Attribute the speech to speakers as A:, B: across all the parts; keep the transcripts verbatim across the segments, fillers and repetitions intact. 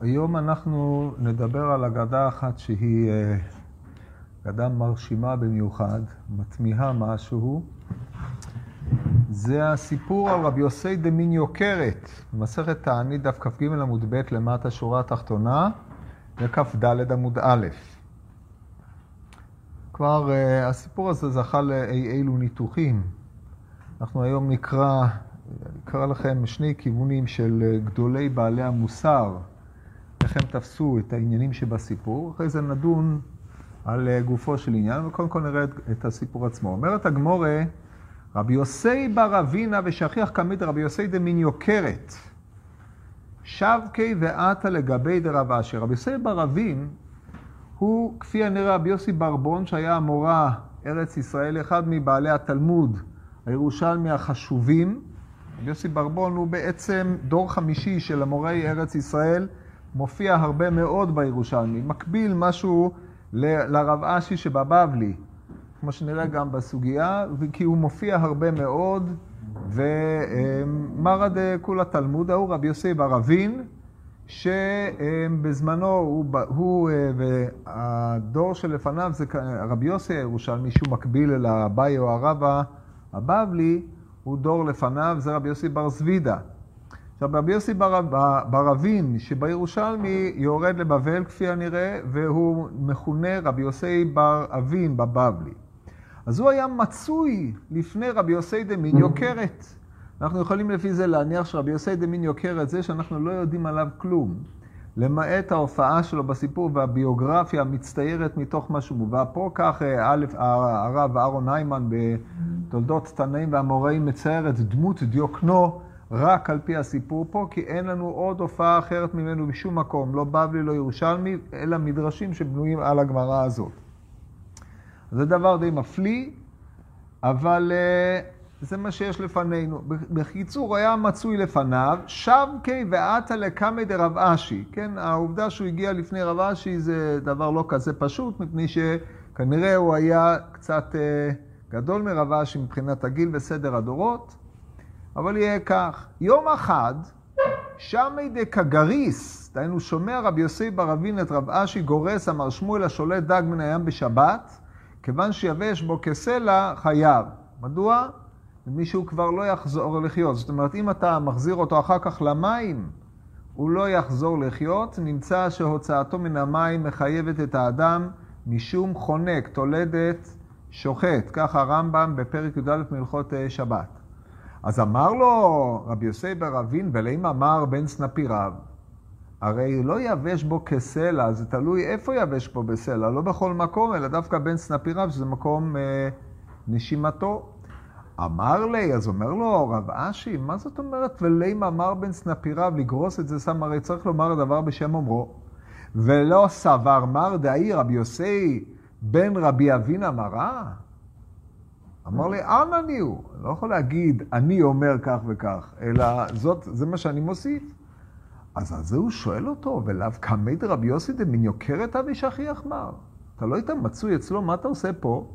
A: היום אנחנו נדבר על אגדה אחת שהיא אגדה מרשימה במיוחד, מתמיהה משהו. זה הסיפור על רבי יוסי דמין יוקרת, במסכת תענית דף כ"ג עמוד ב' למטה שורה התחתונה, וכ"ד עמוד א'. כבר הסיפור הזה זכה לאי אילו ניתוחים. אנחנו היום נקרא, נקרא לכם שני כיוונים של גדולי בעלי המוסר, איך הם תפסו את העניינים שבסיפור, אחרי זה נדון על גופו של עניין, וקודם כל נראה את הסיפור עצמו. אומרת הגמורה, רבי יוסי בר אבינה ושכיח כמית רבי יוסי דמין יוקרת, שבקי ועתה לגבי דרב אשי. רבי יוסי בר אבין הוא כפי הנראה רבי יוסי ברבון, שהיה המורה ארץ ישראל, אחד מבעלי התלמוד הירושלמי החשובים. רבי יוסי ברבון הוא בעצם דור חמישי של המורי ארץ ישראל, מופיע הרבה מאוד בירושלמי, מקביל משהו ל- לרב אשי שבבבלי, כמו שנראה גם בסוגיה, כי הוא מופיע הרבה מאוד, ומרד כול התלמוד הוא רבי יוסי בר אבין, שבזמנו הוא, הוא והדור שלפניו זה רבי יוסי הירושלמי, שהוא מקביל אל אביי או הרב הבבלי, הוא דור לפניו, זה רבי יוסי בר זבידה. עכשיו, רבי יוסי בר, בר אבין שבירושלמי יורד לבבל כפי הנראה, והוא מכונה רבי יוסי בר אבין בבבלי. אז הוא היה מצוי לפני רבי יוסי דמין יוקרת. אנחנו יכולים לפי זה להניח שרבי יוסי דמין יוקרת זה שאנחנו לא יודעים עליו כלום, למעט ההופעה שלו בסיפור והביוגרפיה המצטיירת מתוך מה שהוא מובא פה. כך א', הרב אהרון היימן בתולדות תנאים והאמוראים מצייר את דמות דיוקנו רק על פי הסיפור פה, כי אין לנו עוד הופעה אחרת ממנו בשום מקום, לא בבלי, לא ירושלמי, אלא מדרשים שבנויים על הגמרא הזאת. זה דבר די מפליא, אבל uh, זה מה שיש לפנינו. בקיצור, היה מצוי לפניו, שבקי ועתה לקמי דרב אשי. כן, העובדה שהוא הגיע לפני רב אשי זה דבר לא כזה פשוט, מפני שכנראה הוא היה קצת uh, גדול מרב אשי מבחינת הגיל וסדר הדורות, אבל יהיה כך. יום אחד, שמי דקגריס, דהיינו שומע רבי יוסי בר אבין את רב אשי גורס, אמר שמואל השולט דג מן הים בשבת, כיוון שיבש בו כסלע חייב. מדוע? מישהו כבר לא יחזור לחיות. זאת אומרת, אם אתה מחזיר אותו אחר כך למים, הוא לא יחזור לחיות. נמצא שהוצאתו מן המים מחייבת את האדם משום חונק, תולדת, שוחט. ככה הרמב"ם בפרק י"א מהלכות שבת. אז אמר לו רבי יוסי בר אבין, ולאם אמר בן סנפיריו, הרי לא יבש בו כסלע, זה תלוי איפה יבש בו בסלע, לא בכל מקום, אלא דווקא בן סנפיריו, שזה מקום אה, נשימתו. אמר לי, אז אומר לו רב אשי, מה זאת אומרת, ולאם אמר בן סנפיריו, לגרוס את זה שם, הרי צריך לומר הדבר בשם אומרו. ולא סבר מר דאי רבי יוסי בן רבי אבין אמרה? אמר לי, אנא אני הוא. לא יכול להגיד, אני אומר כך וכך, אלא זאת, זה מה שאני מוסיף. אז על זה הוא שואל אותו, ולאו כמית רבי יוסי דמין יוקרת אבי שכיח מר. אתה לא היית מצוי אצלו, מה אתה עושה פה?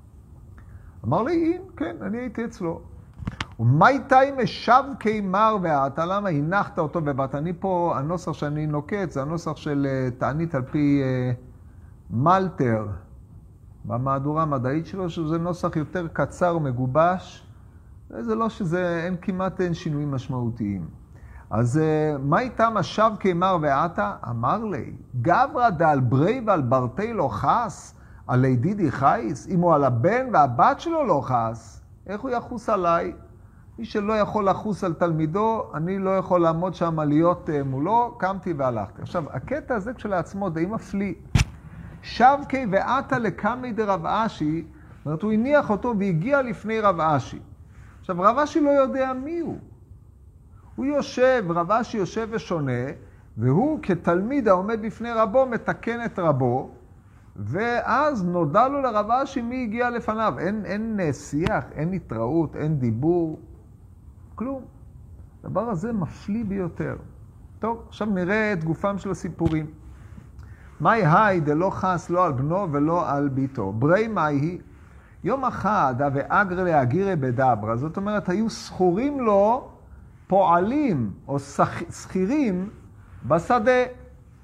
A: אמר לי, אם, כן, אני הייתי אצלו. ומה איתה אם שבקי מר ועתה, למה הנחת אותו בבת? אני פה, הנוסח שאני נוקט, זה הנוסח של תענית על פי uh, מלטר, במהדורה המדעית שלו, שזה נוסח יותר קצר ומגובש, זה לא שזה, אין כמעט אין שינויים משמעותיים. אז מה איתם השבקי מר ועתה? אמר לי, גברא דעל ברי ועל ברתי לא חס, על ידידי חייס, אם הוא על הבן והבת שלו לא חס, איך הוא יחוס עליי? מי שלא יכול לחוס על תלמידו, אני לא יכול לעמוד שם להיות מולו, קמתי והלכתי. עכשיו, הקטע הזה כשלעצמו די מפליא. שבקי ועתה לקמי דרב אשי, זאת אומרת, הוא הניח אותו והגיע לפני רב אשי. עכשיו, רב אשי לא יודע מי הוא. הוא יושב, רב אשי יושב ושונה, והוא כתלמיד העומד בפני רבו מתקן את רבו, ואז נודע לו לרב אשי מי הגיע לפניו. אין, אין שיח, אין התראות, אין דיבור, כלום. הדבר הזה מפליא ביותר. טוב, עכשיו נראה את גופם של הסיפורים. מאי היי דלא חס לא על בנו ולא על ביתו. ברי מאי היא, יום אחד ואגר להגירי בדברה, זאת אומרת, היו סחורים לו פועלים או שכירים בשדה.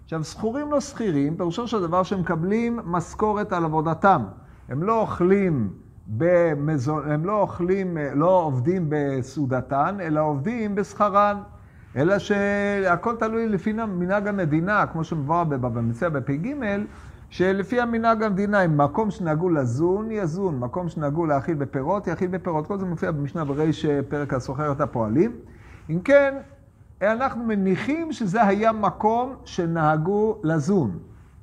A: עכשיו, שכירים לא שכירים, פירושו של דבר שהם מקבלים משכורת על עבודתם. הם לא אוכלים במזון, הם לא אוכלים, לא עובדים בסעודתן, אלא עובדים בשכרן. אלא שהכל תלוי לפי מנהג המדינה, כמו שמבואר במציא בפ"ג, שלפי המנהג המדינה, אם מקום שנהגו לזון, יזון, מקום שנהגו להאכיל בפירות, יאכיל בפירות. כל זה מופיע במשנה בריש פרק הסוחרת הפועלים. אם כן, אנחנו מניחים שזה היה מקום שנהגו לזון.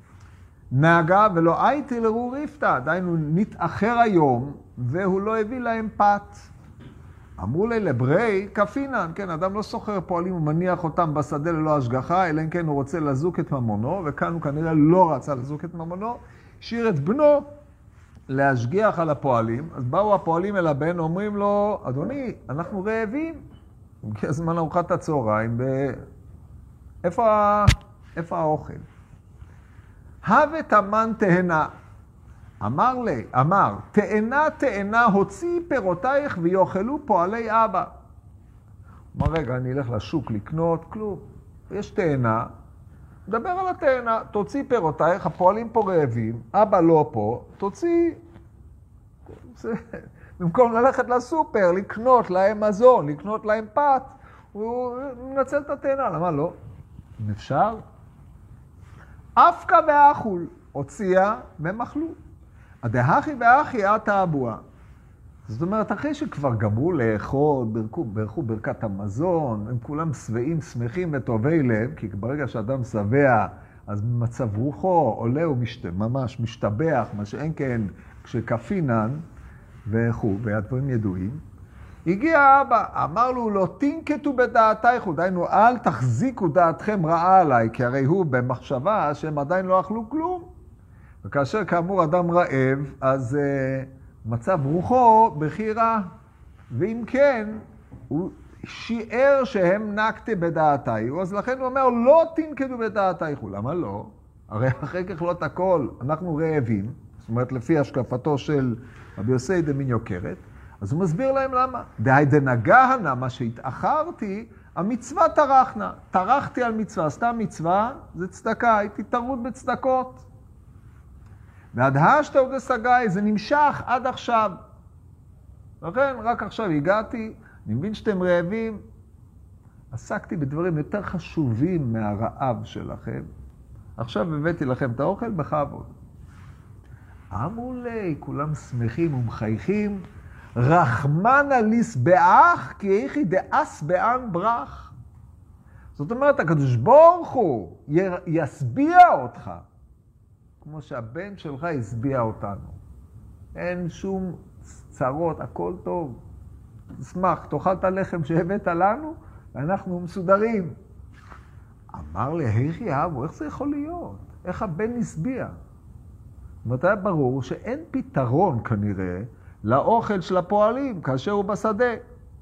A: נהגה ולא הייתי לרו ריפתא, דיינו נתאחר היום, והוא לא הביא להם פת. אמרו לי לברי כפינן, כן, אדם לא סוחר פועלים, הוא מניח אותם בשדה ללא השגחה, אלא אם כן הוא רוצה לזוק את ממונו, וכאן הוא כנראה לא רצה לזוק את ממונו, השאיר את בנו להשגיח על הפועלים. אז באו הפועלים אל הבן, אומרים לו, אדוני, אנחנו רעבים. הגיע זמן ארוחת הצהריים, ב... איפה, ה... איפה האוכל? הווה תמן תהנה. אמר לי, אמר, תאנה תאנה הוציא פירותייך ויאכלו פועלי אבא. אמר, רגע, אני אלך לשוק לקנות, כלום. יש תאנה, מדבר על התאנה, תוציא פירותייך, הפועלים פה רעבים, אבא לא פה, תוציא. זה... במקום ללכת לסופר, לקנות להם מזון, לקנות להם פת, הוא מנצל את התאנה, למה לא? אם אפשר? אפקה ואכול, הוציאה ומחלו. הדהכי ואחי עתה אבוה. זאת אומרת, אחרי שכבר גמרו לאכול, ברכו, ברכו ברכת המזון, הם כולם שבעים, שמחים וטובי לב, כי ברגע שאדם שבע, אז במצב רוחו עולה וממש משתבח, מה שאין כן כשכפינן, וכו', והדברים ידועים. הגיע האבא, אמר לו, לא תנקטו בדעתייך, דיינו, אל תחזיקו דעתכם רעה עליי, כי הרי הוא במחשבה שהם עדיין לא אכלו כלום. וכאשר כאמור אדם רעב, אז uh, מצב רוחו בחירה. ואם כן, הוא שיער שהם נקטה בדעתייך, אז לכן הוא אומר, לא תנקטו בדעתייך. למה לא? הרי אחרי ככלות הכל, אנחנו רעבים, זאת אומרת, לפי השקפתו של רבי יוסי דמין יוקרת, אז הוא מסביר להם למה. דהי דנגהנה, מה שהתאחרתי, המצווה תרחנה. תרחתי על מצווה, סתם מצווה, זה צדקה, הייתי טרוד בצדקות. והדהשת ודסגאי, זה נמשך עד עכשיו. לכן, רק עכשיו הגעתי, אני מבין שאתם רעבים, עסקתי בדברים יותר חשובים מהרעב שלכם. עכשיו הבאתי לכם את האוכל בכבוד. אמרו לי, כולם שמחים ומחייכים, רחמנא ליסבעך, כי איכי דאס בען ברח. זאת אומרת, הקדוש ברוך הוא יסביע אותך, כמו שהבן שלך יסביע אותנו. אין שום צרות, הכל טוב. תשמח, תאכל את הלחם שהבאת לנו, ואנחנו מסודרים. אמר לי, היכי אבו, איך זה יכול להיות? איך הבן יסביע? זאת אומרת, ברור שאין פתרון כנראה לאוכל של הפועלים כאשר הוא בשדה.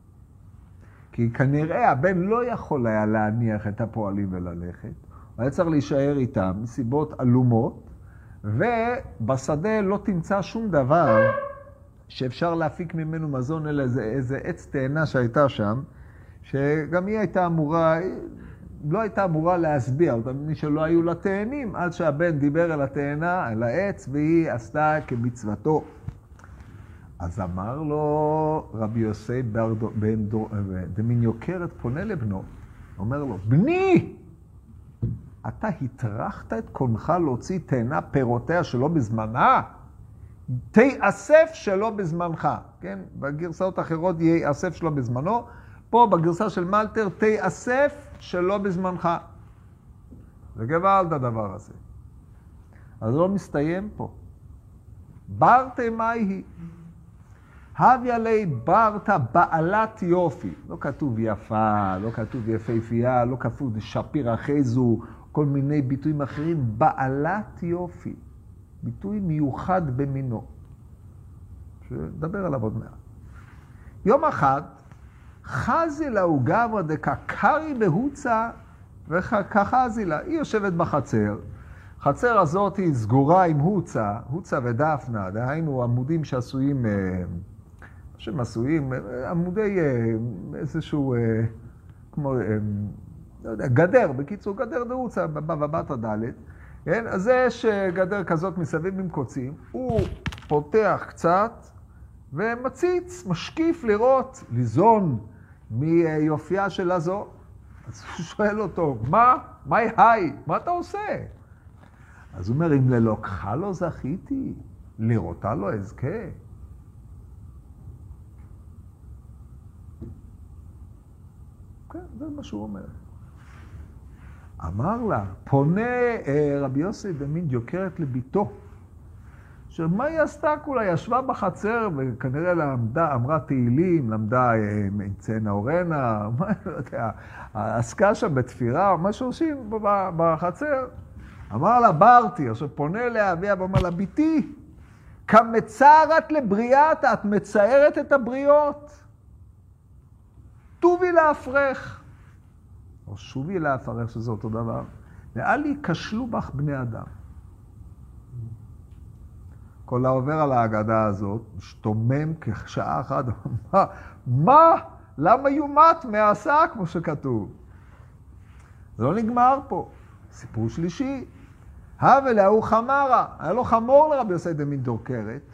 A: כי כנראה הבן לא יכול היה להניח את הפועלים וללכת. הוא היה צריך להישאר איתם מסיבות עלומות, ובשדה לא תמצא שום דבר שאפשר להפיק ממנו מזון, אלא איזה, איזה עץ תאנה שהייתה שם, שגם היא הייתה אמורה, לא הייתה אמורה להסביע, מי שלא היו לה תאנים, עד שהבן דיבר אל התאנה, אל העץ, והיא עשתה כמצוותו. אז אמר לו רבי יוסי בן דמין יוקרת, פונה לבנו, אומר לו, בני, אתה הטרחת את קונך להוציא תאנה פירותיה שלא בזמנה? תאסף שלא בזמנך, כן? בגרסאות אחרות יאסף שלא בזמנו, פה בגרסה של מלטר, תאסף שלא בזמנך. זה גוואלד הדבר הזה. אז לא מסתיים פה. ברתי מהי היא? הביא עלי ברתה בעלת יופי. לא כתוב יפה, לא כתוב יפהפייה, לא כתוב שפיר אחזו, כל מיני ביטויים אחרים. בעלת יופי. ביטוי מיוחד במינו. שדבר עליו עוד מעט. יום אחד, חזי לה הוא גברא דקקרי בהוצה, וכחזי לה. היא יושבת בחצר. חצר הזאת היא סגורה עם הוצה, הוצה ודפנה, דהיינו עמודים שעשויים, שהם עשויים, עמודי איזשהו, כמו לא יודע, גדר, בקיצור, גדר דרוצה, בבא בתרא ד', כן? אז יש גדר כזאת מסביב עם קוצים, הוא פותח קצת ומציץ, משקיף לראות, ליזון מיופייה של הזו. אז הוא שואל אותו, מה? מה היי? מה אתה עושה? אז הוא אומר, אם ללוקחה לא זכיתי, לראותה לא אזכה. כן, זה מה שהוא אומר. אמר לה, פונה אה, רבי יוסי דמין דיוקרת לביתו, שמה היא עשתה כולה? ישבה בחצר וכנראה למדה, אמרה תהילים, למדה מצאנה אורנה, מה לא יודע, עסקה שם בתפירה, מה שעושים בחצר. אמר לה, ברתי, עכשיו פונה אליה אביה ואומר לה, ביתי, כמצערת לבריאת, את מצערת את הבריות. טובי להפרך, או שובי להפרך, שזה אותו דבר. נראה לי, כשלו בך בני אדם. כל העובר על ההגדה הזאת, משתומם כשעה אחת, מה? מה? למה יומת מעשה, כמו שכתוב? זה לא נגמר פה. סיפור שלישי. הווה להוא חמרה, היה לו חמור לרבי יוסי דמין דיוקרת.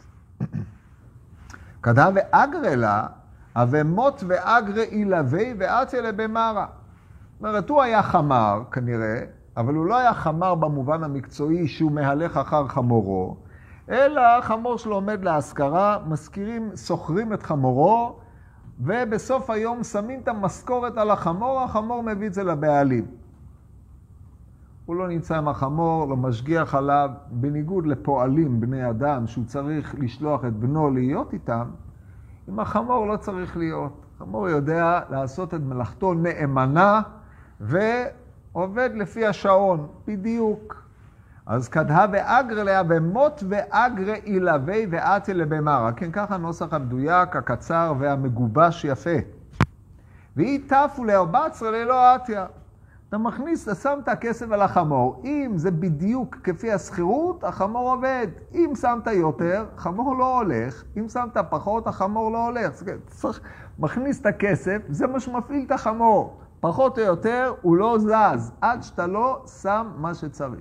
A: כתב ואגרה לה, אבמות ואגרה אילווי ואציה לבמרה. זאת אומרת, הוא היה חמר כנראה, אבל הוא לא היה חמר במובן המקצועי שהוא מהלך אחר חמורו, אלא חמור שלו עומד להשכרה, מזכירים, סוחרים את חמורו, ובסוף היום שמים את המשכורת על החמור, החמור מביא את זה לבעלים. הוא לא נמצא עם החמור, לא משגיח עליו, בניגוד לפועלים בני אדם, שהוא צריך לשלוח את בנו להיות איתם, עם החמור לא צריך להיות. החמור יודע לעשות את מלאכתו נאמנה, ועובד לפי השעון, בדיוק. אז כתבה ואגרה לה, ומות ואגרה אילווי ואציה לבמרה. כן, ככה הנוסח המדויק, הקצר והמגובש יפה. והיא תפו לארבע-עשרה ללא אתיה. אתה מכניס, אתה שם את הכסף על החמור. אם זה בדיוק כפי הסחירות, החמור עובד. אם שמת יותר, חמור לא הולך. אם שמת פחות, החמור לא הולך. צריך, מכניס את הכסף, זה מה שמפעיל את החמור. פחות או יותר, הוא לא זז, עד שאתה לא שם מה שצריך.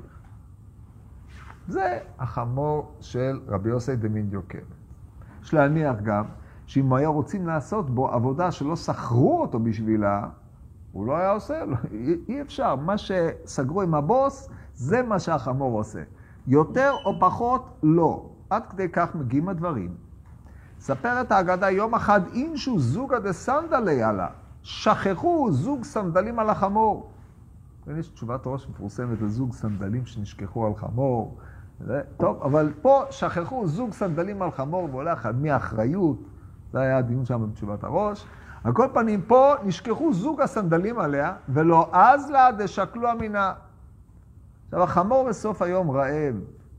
A: זה החמור של רבי יוסי דמין דיוקרת. יש להניח גם, שאם היה רוצים לעשות בו עבודה שלא סחרו אותו בשבילה, הוא לא היה עושה, לא, אי, אי אפשר. מה שסגרו עם הבוס, זה מה שהחמור עושה. יותר או פחות, לא. עד כדי כך מגיעים הדברים. ספר את ההגדה, יום אחד אינשו זוגה דסנדלי עלה. שכחו זוג סנדלים על החמור. יש תשובת ראש מפורסמת לזוג סנדלים שנשכחו על חמור. טוב, אבל פה שכחו זוג סנדלים על חמור והולך על מי האחריות. זה היה הדיון שם בתשובת הראש. על כל פנים, פה נשכחו זוג הסנדלים עליה, ולא אז לה דשקלו אמינה. עכשיו, החמור בסוף היום רעב.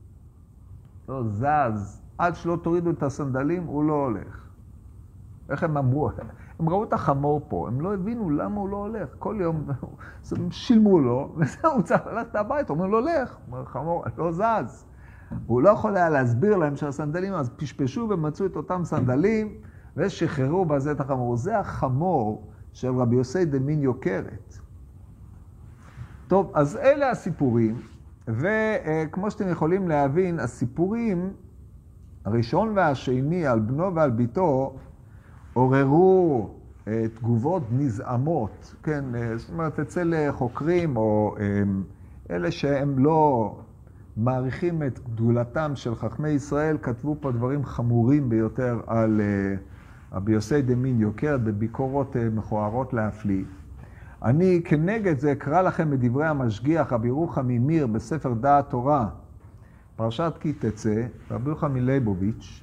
A: לא זז. עד שלא תורידו את הסנדלים, הוא לא הולך. איך הם אמרו? הם ראו את החמור פה, הם לא הבינו למה הוא לא הולך. כל יום הם שילמו לו, וזהו, הוא צריך ללכת הבית. הוא אומר, לא הולך. הוא אומר, חמור, לא זז. הוא לא יכול היה להסביר להם שהסנדלים, אז פשפשו ומצאו את אותם סנדלים, ושחררו בזה את החמור. זה החמור של רבי יוסי דמין דיוקרת. טוב, אז אלה הסיפורים, וכמו שאתם יכולים להבין, הסיפורים, הראשון והשני על בנו ועל ביתו, עוררו תגובות נזעמות, כן, זאת אומרת, אצל חוקרים או אלה שהם לא מעריכים את גדולתם של חכמי ישראל, כתבו פה דברים חמורים ביותר על רבי יוסי דמין דיוקרת, בביקורות מכוערות להפליא. אני כנגד זה אקרא לכם את דברי המשגיח רבי ירוחם ממיר בספר דעת תורה, פרשת כי תצא, רבי ירוחם מלייבוביץ',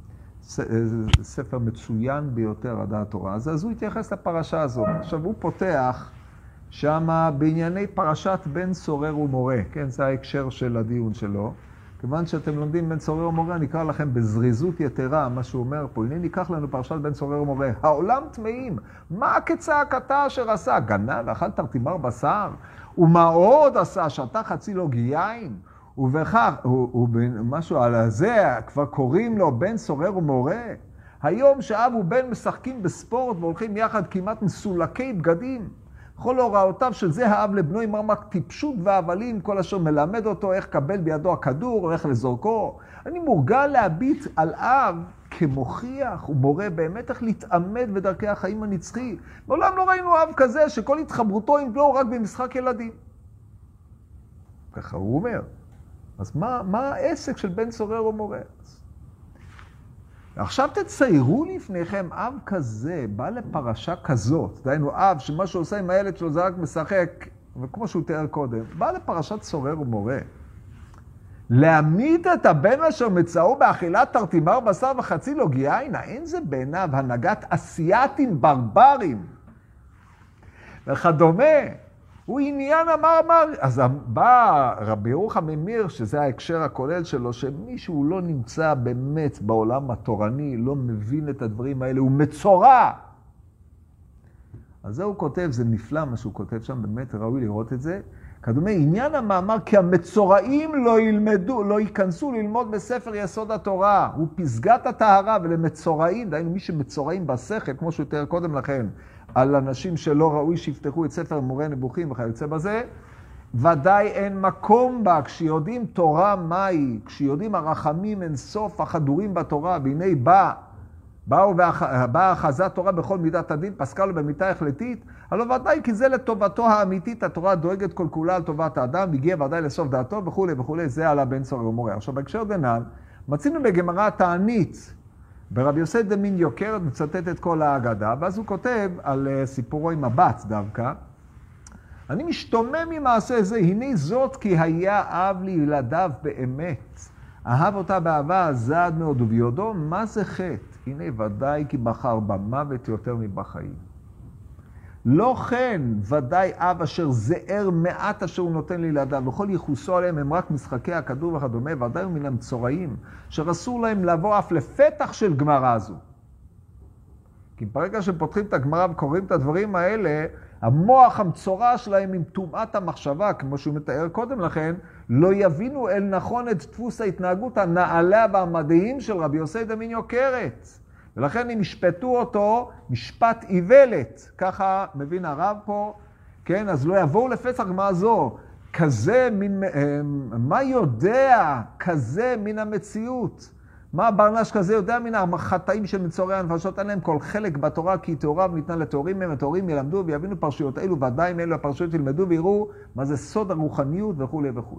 A: ספר מצוין ביותר הדעת תורה. אז, אז הוא התייחס לפרשה הזאת. עכשיו הוא פותח שמה בענייני פרשת בן סורר ומורה. כן, זה ההקשר של הדיון שלו. כיוון שאתם לומדים בן סורר ומורה, אני אקרא לכם בזריזות יתרה מה שהוא אומר פה. הנה ניקח לנו פרשת בן סורר ומורה. העולם טמאים. מה כצעקתה אשר עשה? גנב, אכל תרטימר בשר? ומה עוד עשה? שתה חצי לוג יין? ובכך, ומשהו על זה, כבר קוראים לו בן סורר ומורה. היום שאב ובן משחקים בספורט והולכים יחד כמעט מסולקי בגדים. כל הוראותיו של זה האב לבנו עם רמק טיפשות והבלים, כל אשר מלמד אותו איך קבל בידו הכדור או איך לזורקו. אני מורגל להביט על אב כמוכיח ומורה באמת איך להתעמד בדרכי החיים הנצחי. מעולם לא ראינו אב כזה שכל התחברותו עם בנו רק במשחק ילדים. ככה הוא אומר. אז מה, מה העסק של בן צורר או מורה? עכשיו תציירו לפניכם אב כזה, בא לפרשה כזאת, דהיינו אב שמה שהוא עושה עם הילד שלו זה רק משחק, וכמו שהוא תיאר קודם, בא לפרשת צורר ומורה. להעמיד את הבן אשר מצאו באכילת תרטימר בשר וחצי לא גיין, אין זה בעיניו הנהגת אסיאטים ברברים וכדומה. הוא עניין אמר אמר, אז בא רבי ירוחם ממיר, שזה ההקשר הכולל שלו, שמישהו לא נמצא באמת בעולם התורני, לא מבין את הדברים האלה, הוא מצורע. אז זה הוא כותב, זה נפלא מה שהוא כותב שם, באמת ראוי לראות את זה. כדומה, עניין המאמר, כי המצורעים לא ילמדו, לא ייכנסו ללמוד בספר יסוד התורה, הוא פסגת הטהרה, ולמצורעים, דהיינו מי שמצורעים בשכל, כמו שהוא תיאר קודם לכן, על אנשים שלא ראוי שיפתחו את ספר מורה נבוכים וכיוצא בזה, ודאי אין מקום בה, כשיודעים תורה מהי, כשיודעים הרחמים אין סוף החדורים בתורה, והנה בא, באו באה אחזת תורה בכל מידת הדין, פסקה לו במיתה החלטית, הלא ודאי כי זה לטובתו האמיתית, התורה דואגת כל כולה על טובת האדם, והגיע ודאי לסוף דעתו וכו' וכו', זה על הבן צורר ומורה. עכשיו בהקשר דנן, מצינו בגמרא תענית, ברבי יוסי דמין יוקרת מצטט את כל ההגדה, ואז הוא כותב על סיפורו עם הבת דווקא, אני משתומם ממעשה זה, הנה זאת כי היה אב לילדיו באמת, אהב אותה באהבה עזה מאוד, וביודו מה זה חטא? הנה ודאי כי בחר במוות יותר מבחיים. לא כן, ודאי אב אשר זהר מעט אשר הוא נותן לילדיו, וכל ייחוסו עליהם הם רק משחקי הכדור וכדומה, ודאי הוא מן המצורעים, שאסור להם לבוא אף לפתח של גמרא זו. כי ברגע שפותחים את הגמרא וקוראים את הדברים האלה, המוח המצורע שלהם עם טומאת המחשבה, כמו שהוא מתאר קודם לכן, לא יבינו אל נכון את דפוס ההתנהגות הנעלה והמדהים של רבי יוסי דמין יוקרת. ולכן הם ישפטו אותו משפט איוולת, ככה מבין הרב פה, כן? אז לא יבואו לפסח גמרא זו, כזה מן, מה יודע כזה מן המציאות? מה הברנש כזה יודע מן החטאים של מצורי הנפשות? אין להם כל חלק בתורה, כי תאוריו ניתנה לתאורים מהם, התאורים ילמדו ויבינו פרשיות אלו, ודאי מאלו הפרשיות ילמדו ויראו מה זה סוד הרוחניות וכו' וכו'.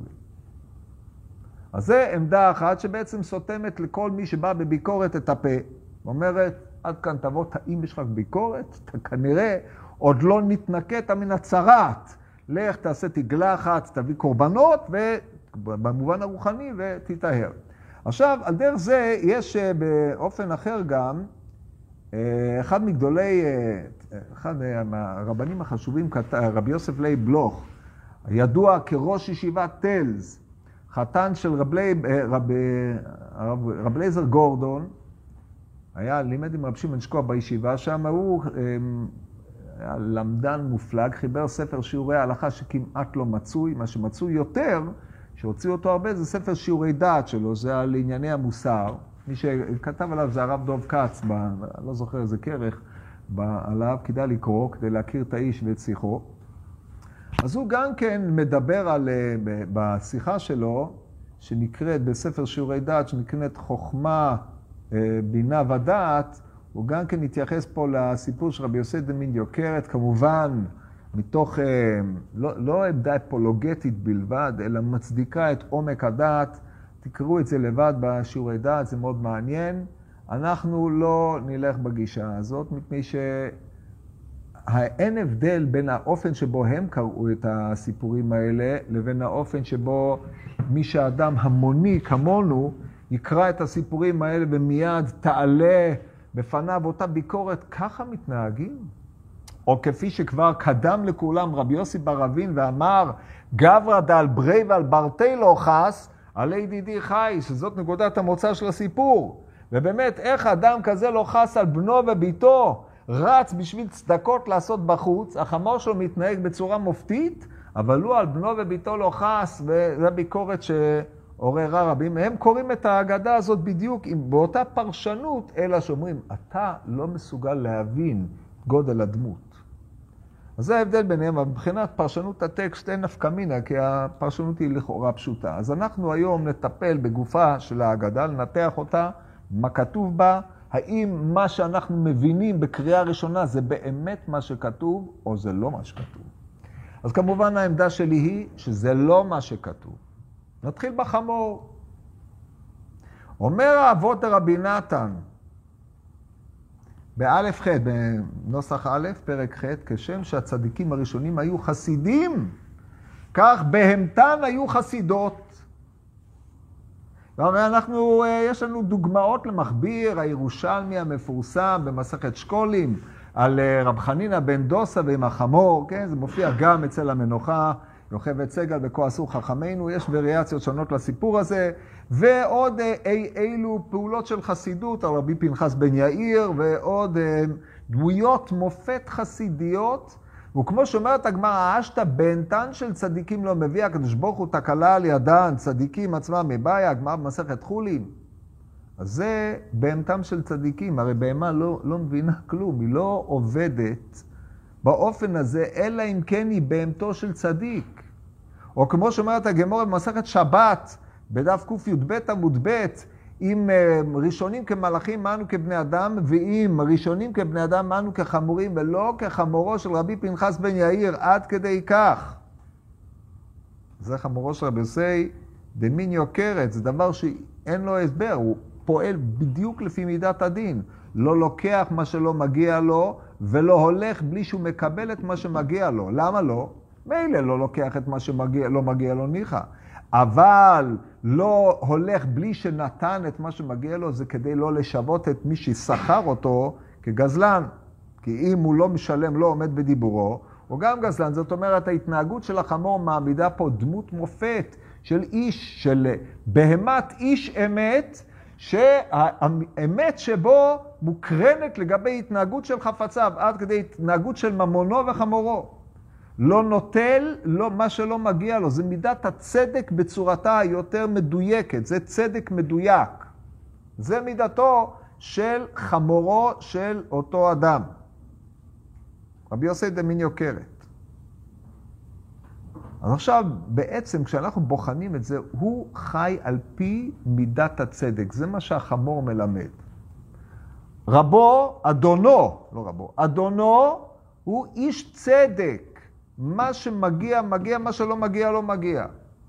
A: אז זה עמדה אחת שבעצם סותמת לכל מי שבא בביקורת את הפה. אומרת, עד כאן תבוא טעים בשבילך ביקורת, אתה כנראה עוד לא נתנקט מן הצרת. לך תעשה תגלה אחת, תביא קורבנות, ובמובן הרוחני ותתאהר. עכשיו, על דרך זה יש באופן אחר גם, אחד מגדולי, אחד מהרבנים החשובים, רבי יוסף לייב בלוך, ידוע כראש ישיבת טלז, חתן של רב, רב, רב, רב לייזר גורדון, היה לימד עם רב שמעון שקוע בישיבה שם, הוא היה למדן מופלג, חיבר ספר שיעורי ההלכה שכמעט לא מצוי, מה שמצוי יותר, שהוציאו אותו הרבה, זה ספר שיעורי דעת שלו, זה על ענייני המוסר. מי שכתב עליו זה הרב דוב כץ, ב, לא זוכר איזה כרך, עליו כדאי לקרוא, כדי להכיר את האיש ואת שיחו. אז הוא גם כן מדבר על, בשיחה שלו, שנקראת בספר שיעורי דעת, שנקראת חוכמה, בינה ודעת, הוא גם כן התייחס פה לסיפור של רבי יוסי דמין יוקרת, כמובן, מתוך, לא, לא עמדה אפולוגטית בלבד, אלא מצדיקה את עומק הדעת. תקראו את זה לבד בשיעורי דעת, זה מאוד מעניין. אנחנו לא נלך בגישה הזאת, מפני שאין הבדל בין האופן שבו הם קראו את הסיפורים האלה, לבין האופן שבו מי שאדם המוני כמונו, יקרא את הסיפורים האלה ומיד תעלה בפניו אותה ביקורת, ככה מתנהגים? או כפי שכבר קדם לכולם רבי יוסי בר אבין ואמר, גברא דעל ברי ועל ברתי לא חס, עלי ידידי חי, שזאת נקודת המוצא של הסיפור. ובאמת, איך אדם כזה לא חס על בנו וביתו, רץ בשביל צדקות לעשות בחוץ, החמור שלו מתנהג בצורה מופתית, אבל הוא על בנו וביתו לא חס, וזו ביקורת שעוררה רבים. הם קוראים את ההגדה הזאת בדיוק באותה פרשנות, אלא שאומרים, אתה לא מסוגל להבין גודל הדמות. אז זה ההבדל ביניהם, אבל מבחינת פרשנות הטקסט אין נפקא מינה, כי הפרשנות היא לכאורה פשוטה. אז אנחנו היום נטפל בגופה של ההגדה, לנתח אותה, מה כתוב בה, האם מה שאנחנו מבינים בקריאה ראשונה זה באמת מה שכתוב, או זה לא מה שכתוב. אז כמובן העמדה שלי היא שזה לא מה שכתוב. נתחיל בחמור. אומר האבות רבי נתן, באלף ח' בנוסח א', פרק ח', כשם שהצדיקים הראשונים היו חסידים, כך בהמתן היו חסידות. ואנחנו, יש לנו דוגמאות למכביר, הירושלמי המפורסם במסכת שקולים, על רב חנינא בן דוסה ועם החמור, כן? זה מופיע גם אצל המנוחה, יוכבד סגל בכועסו חכמינו, יש וריאציות שונות לסיפור הזה, ועוד אי, אילו פעולות של חסידות, על רבי פנחס בן יאיר, ועוד דמויות מופת חסידיות, וכמו שאומרת הגמרא, האשתא בהמתן של צדיקים לא מביא, הקדוש ברוך הוא תקלה על ידן, צדיקים עצמם מבעיה, הגמרא במסכת חולין. אז זה בהמתם של צדיקים, הרי בהמה לא, לא מבינה כלום, היא לא עובדת באופן הזה, אלא אם כן היא בהמתו של צדיק. או כמו שאומרת הגמרא במסכת שבת, בדף קי"ב עמוד ב', אם ראשונים כמלאכים מנו כבני אדם, ואם ראשונים כבני אדם מנו כחמורים, ולא כחמורו של רבי פנחס בן יאיר, עד כדי כך. זה חמורו של רבי יוסי דמיניו קרת, זה דבר שאין לו הסבר, הוא פועל בדיוק לפי מידת הדין. לא לוקח מה שלא מגיע לו, ולא הולך בלי שהוא מקבל את מה שמגיע לו. למה לא? מילא לא לוקח את מה שלא מגיע לו ניחא. אבל לא הולך בלי שנתן את מה שמגיע לו, זה כדי לא לשוות את מי ששכר אותו כגזלן. כי אם הוא לא משלם, לא עומד בדיבורו, הוא גם גזלן. זאת אומרת, ההתנהגות של החמור מעמידה פה דמות מופת של איש, של בהמת איש אמת, שהאמת שבו מוקרנת לגבי התנהגות של חפציו, עד כדי התנהגות של ממונו וחמורו. לא נוטל, לא, מה שלא מגיע לו, זה מידת הצדק בצורתה היותר מדויקת, זה צדק מדויק. זה מידתו של חמורו של אותו אדם. רבי יוסי דמיניו קרת. אז עכשיו, בעצם, כשאנחנו בוחנים את זה, הוא חי על פי מידת הצדק. זה מה שהחמור מלמד. רבו, אדונו, לא רבו, אדונו הוא איש צדק. מה שמגיע, מגיע, מה שלא מגיע, לא מגיע.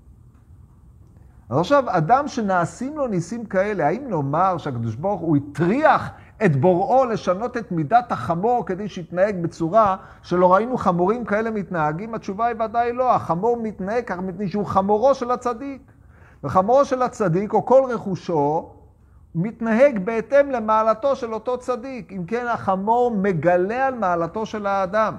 A: אז עכשיו, אדם שנעשים לו ניסים כאלה, האם נאמר שהקדוש ברוך הוא הטריח את בוראו לשנות את מידת החמור כדי שיתנהג בצורה שלא ראינו חמורים כאלה מתנהגים? התשובה היא ודאי לא. החמור מתנהג כך מפני שהוא חמורו של הצדיק. וחמורו של הצדיק, או כל רכושו, מתנהג בהתאם למעלתו של אותו צדיק. אם כן, החמור מגלה על מעלתו של האדם.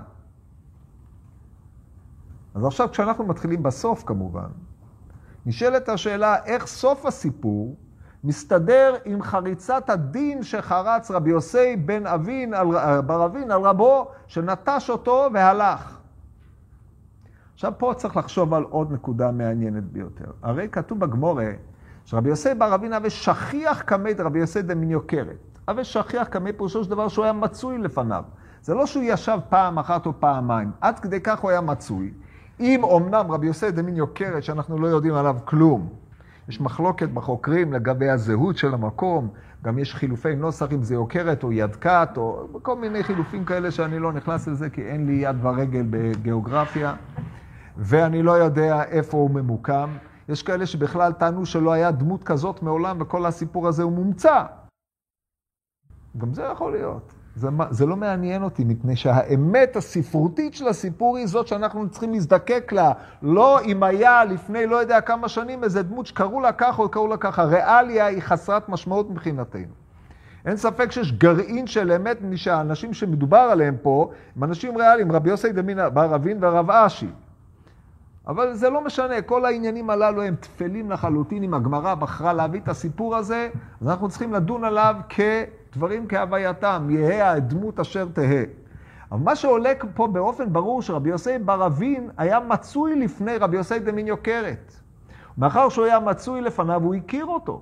A: אז עכשיו כשאנחנו מתחילים בסוף כמובן, נשאלת השאלה איך סוף הסיפור מסתדר עם חריצת הדין שחרץ רבי יוסי בן אבין על, בר אבין על רבו, שנטש אותו והלך. עכשיו פה צריך לחשוב על עוד נקודה מעניינת ביותר. הרי כתוב בגמורה שרבי יוסי בר אבין הווה שכיח קמי רבי יוסי דמיניו קרת. הווה שכיח קמי פירושו של דבר שהוא היה מצוי לפניו. זה לא שהוא ישב פעם אחת או פעמיים, עד כדי כך הוא היה מצוי. אם אמנם רבי יוסי דמיניו קרת שאנחנו לא יודעים עליו כלום, יש מחלוקת בחוקרים לגבי הזהות של המקום, גם יש חילופי נוסח אם זה יוקרת או ידקת, או כל מיני חילופים כאלה שאני לא נכנס לזה, כי אין לי יד ורגל בגיאוגרפיה, ואני לא יודע איפה הוא ממוקם. יש כאלה שבכלל טענו שלא היה דמות כזאת מעולם, וכל הסיפור הזה הוא מומצא. גם זה יכול להיות. זה, זה לא מעניין אותי, מפני שהאמת הספרותית של הסיפור היא זאת שאנחנו צריכים להזדקק לה. לא אם היה לפני לא יודע כמה שנים איזה דמות שקראו לה ככה או קראו לה ככה. ריאליה היא חסרת משמעות מבחינתנו. אין ספק שיש גרעין של אמת, מפני שהאנשים שמדובר עליהם פה הם אנשים ריאליים, רבי יוסי דמיניו בר אבין ורב אשי. אבל זה לא משנה, כל העניינים הללו הם תפלים לחלוטין. אם הגמרא בחרה להביא את הסיפור הזה, אז אנחנו צריכים לדון עליו כדברים כהווייתם, יהא הדמות אשר תהא. אבל מה שעולה פה באופן ברור שרבי יוסי בר אבין היה מצוי לפני רבי יוסי דמיניו קרת. מאחר שהוא היה מצוי לפניו, הוא הכיר אותו.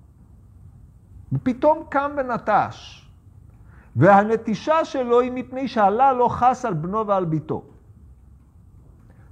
A: ופתאום קם ונטש. והנטישה שלו היא מפני שעלה לא חס על בנו ועל ביתו.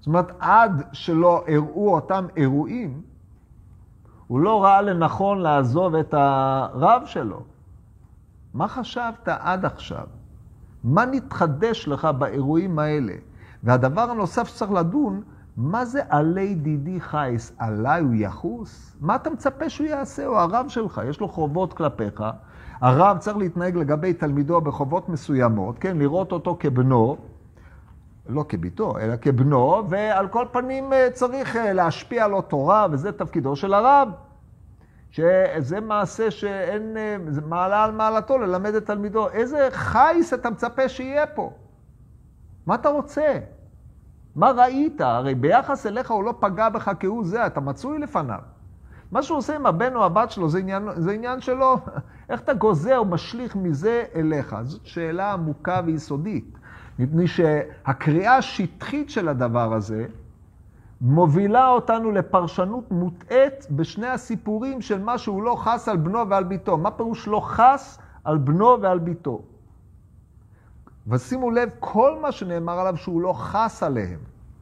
A: זאת אומרת, עד שלא הראו אותם אירועים, הוא לא ראה לנכון לעזוב את הרב שלו. מה חשבת עד עכשיו? מה נתחדש לך באירועים האלה? והדבר הנוסף שצריך לדון, מה זה עלי דידי חייס? עלי הוא יחוס? מה אתה מצפה שהוא יעשה? הוא הרב שלך, יש לו חובות כלפיך. הרב צריך להתנהג לגבי תלמידו בחובות מסוימות, כן? לראות אותו כבנו, לא כביתו, אלא כבנו, ועל כל פנים צריך להשפיע על אותו רב, וזה תפקידו של הרב. שזה מעשה שאין, זה מעלה על מעלתו ללמד את תלמידו. איזה חייס אתה מצפה שיהיה פה? מה אתה רוצה? מה ראית? הרי ביחס אליך הוא לא פגע בך כהוא זה, אתה מצוי לפניו. מה שהוא עושה עם הבן או הבת שלו זה עניין, זה עניין שלו. איך אתה גוזר או משליך מזה אליך? זאת שאלה עמוקה ויסודית. מפני שהקריאה השטחית של הדבר הזה מובילה אותנו לפרשנות מוטעת בשני הסיפורים של מה שהוא לא חס על בנו ועל ביתו. מה פירוש לא חס על בנו ועל ביתו? ושימו לב, כל מה שנאמר עליו שהוא לא חס עליהם.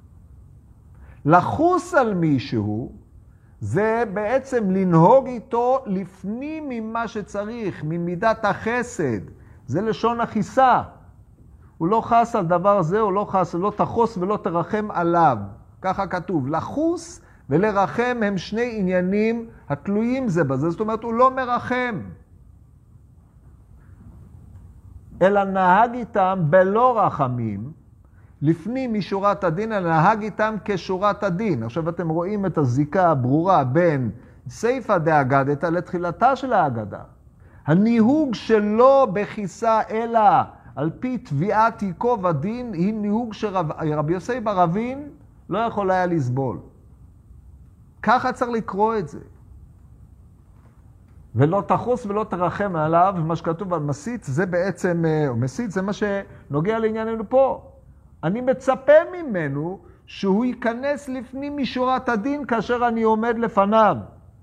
A: לחוס על מישהו, זה בעצם לנהוג איתו לפנים ממה שצריך, ממידת החסד. זה לשון החיסה. הוא לא חס על דבר זה, הוא לא חס, לא תחוס ולא תרחם עליו. ככה כתוב. לחוס ולרחם הם שני עניינים התלויים זה בזה. זאת אומרת, הוא לא מרחם. אלא נהג איתם בלא רחמים, לפנים משורת הדין, אלא נהג איתם כשורת הדין. עכשיו אתם רואים את הזיקה הברורה בין סייפא דאגדתא לתחילתה של ההגדה. הניהוג שלו בחיסה אלא על פי תביעת ייקוב הדין, היא ניהוג שרבי יוסי בר אבין לא יכול היה לסבול. ככה צריך לקרוא את זה. ולא תחוס ולא תרחם עליו, מה שכתוב על מסית, זה בעצם, או מסית, זה מה שנוגע לענייננו פה. אני מצפה ממנו שהוא ייכנס לפנים משורת הדין כאשר אני עומד לפניו.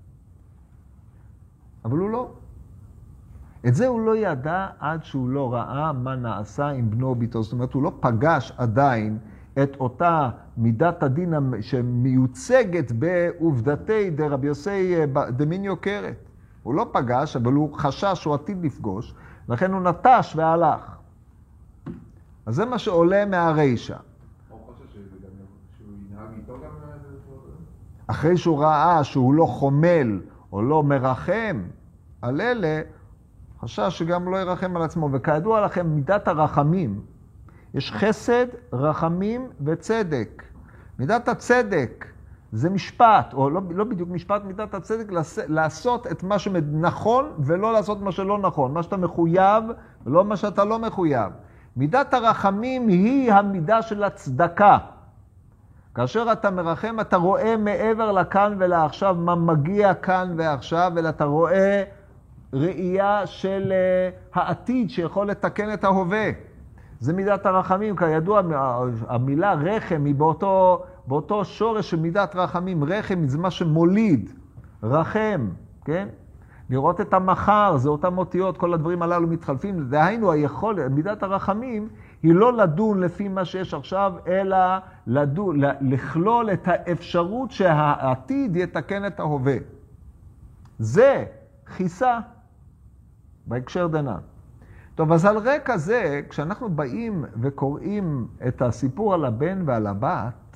A: אבל הוא לא. את זה הוא לא ידע עד שהוא לא ראה מה נעשה עם בנו או ביתו. זאת אומרת, הוא לא פגש עדיין את אותה מידת הדין שמיוצגת בעובדתי דרבי יוסי דמין יוקרת. הוא לא פגש, אבל הוא חשש שהוא עתיד לפגוש, לכן הוא נטש והלך. אז זה מה שעולה מהרישה.
B: הוא חושב שהוא ינהג איתו גם?
A: אחרי שהוא ראה שהוא לא חומל או לא מרחם על אלה, חשש שגם לא ירחם על עצמו. וכידוע לכם, מידת הרחמים, יש חסד, רחמים וצדק. מידת הצדק זה משפט, או לא, לא בדיוק משפט, מידת הצדק, לעשות את מה שנכון ולא לעשות מה שלא נכון. מה שאתה מחויב ולא מה שאתה לא מחויב. מידת הרחמים היא המידה של הצדקה. כאשר אתה מרחם, אתה רואה מעבר לכאן ולעכשיו מה מגיע כאן ועכשיו, אלא אתה רואה ראייה של העתיד שיכול לתקן את ההווה. זה מידת הרחמים. כידוע, המילה רחם היא באותו, באותו שורש של מידת רחמים. רחם זה מה שמוליד, רחם, כן? לראות את המחר, זה אותם אותיות, כל הדברים הללו מתחלפים. דהיינו, היכול, מידת הרחמים היא לא לדון לפי מה שיש עכשיו, אלא לדון, לכלול את האפשרות שהעתיד יתקן את ההווה. זה חיסה בהקשר דנן. טוב, אז על רקע זה, כשאנחנו באים וקוראים את הסיפור על הבן ועל הבת,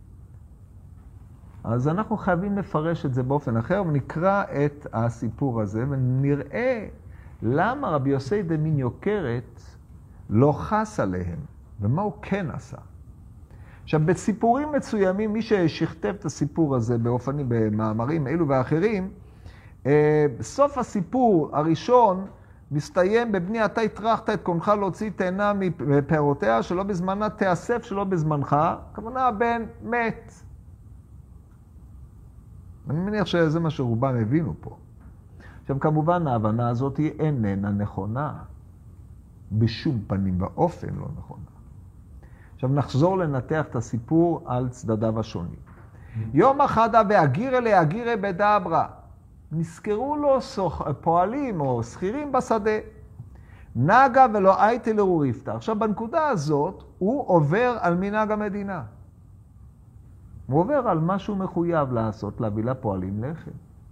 A: אז אנחנו חייבים לפרש את זה באופן אחר, ונקרא את הסיפור הזה, ונראה למה רבי יוסי דמין יוקרת לא חס עליהם, ומה הוא כן עשה. עכשיו, בסיפורים מצוימים, מי ששכתב את הסיפור הזה באופנים, במאמרים אלו ואחרים, בסוף הסיפור הראשון מסתיים בבני אתה הטרחת את קונך להוציא תאנה מפירותיה, שלא בזמנה תאסף שלא בזמנך, כמובן הבן מת. אני מניח שזה מה שרובם הבינו פה. עכשיו, כמובן, ההבנה הזאת היא איננה נכונה. בשום פנים באופן לא נכונה. עכשיו, נחזור לנתח את הסיפור על צדדיו השונים. יום אחד והגירה להגירה בדברה. נזכרו לו פועלים או שכירים בשדה. נגה ולא הייתי לרוריפתא. עכשיו, בנקודה הזאת, הוא עובר על מנהג המדינה. הוא עובר על מה שהוא מחויב לעשות, להביא לפועלים לחם.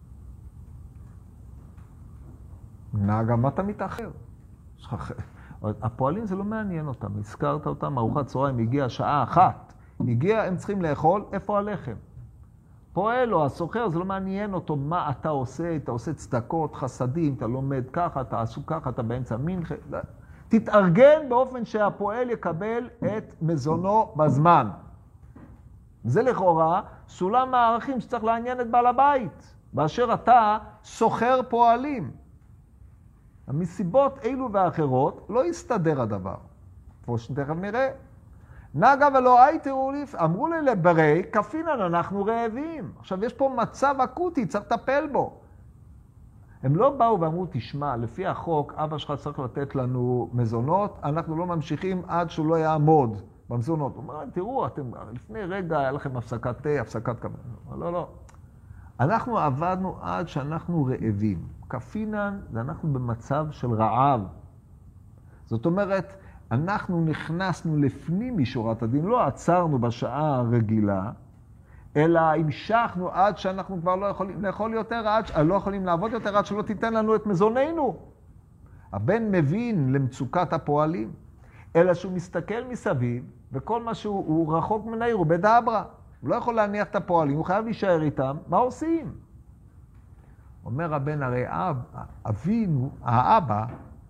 A: נהג, מה אתה מתאחר? הפועלים זה לא מעניין אותם, הזכרת אותם, ארוחת צהריים הגיעה שעה אחת, הגיע, הם צריכים לאכול, איפה הלחם? פועל או הסוחר, זה לא מעניין אותו מה אתה עושה, אתה עושה צדקות, חסדים, אתה לומד ככה, אתה עשו ככה, אתה באמצע מנחה. תתארגן באופן שהפועל יקבל את מזונו בזמן. זה לכאורה סולם הערכים שצריך לעניין את בעל הבית, באשר אתה סוחר פועלים. מסיבות אילו ואחרות לא יסתדר הדבר. כמו שתכף נראה. נגה ולא הייתרו ליף, אמרו לי לברי, כפינן, אנחנו רעבים. עכשיו יש פה מצב אקוטי, צריך לטפל בו. הם לא באו ואמרו, תשמע, לפי החוק, אבא שלך צריך לתת לנו מזונות, אנחנו לא ממשיכים עד שהוא לא יעמוד במזונות. הוא אומר, תראו, אתם, לפני רגע היה לכם הפסקת תה, הפסקת כמה. לא, לא. אנחנו עבדנו עד שאנחנו רעבים. כפינן, זה אנחנו במצב של רעב. זאת אומרת, אנחנו נכנסנו לפנים משורת הדין, לא עצרנו בשעה הרגילה, אלא המשכנו עד שאנחנו כבר לא יכולים לאכול יותר, עד, לא יכולים לעבוד יותר, עד שלא תיתן לנו את מזוננו. הבן מבין למצוקת הפועלים, אלא שהוא מסתכל מסביב, וכל מה שהוא רחוק מן העיר, הוא בדברה. הוא לא יכול להניח את הפועלים, הוא חייב להישאר איתם. מה עושים? אומר הבן, הרי אב, אבינו, האבא,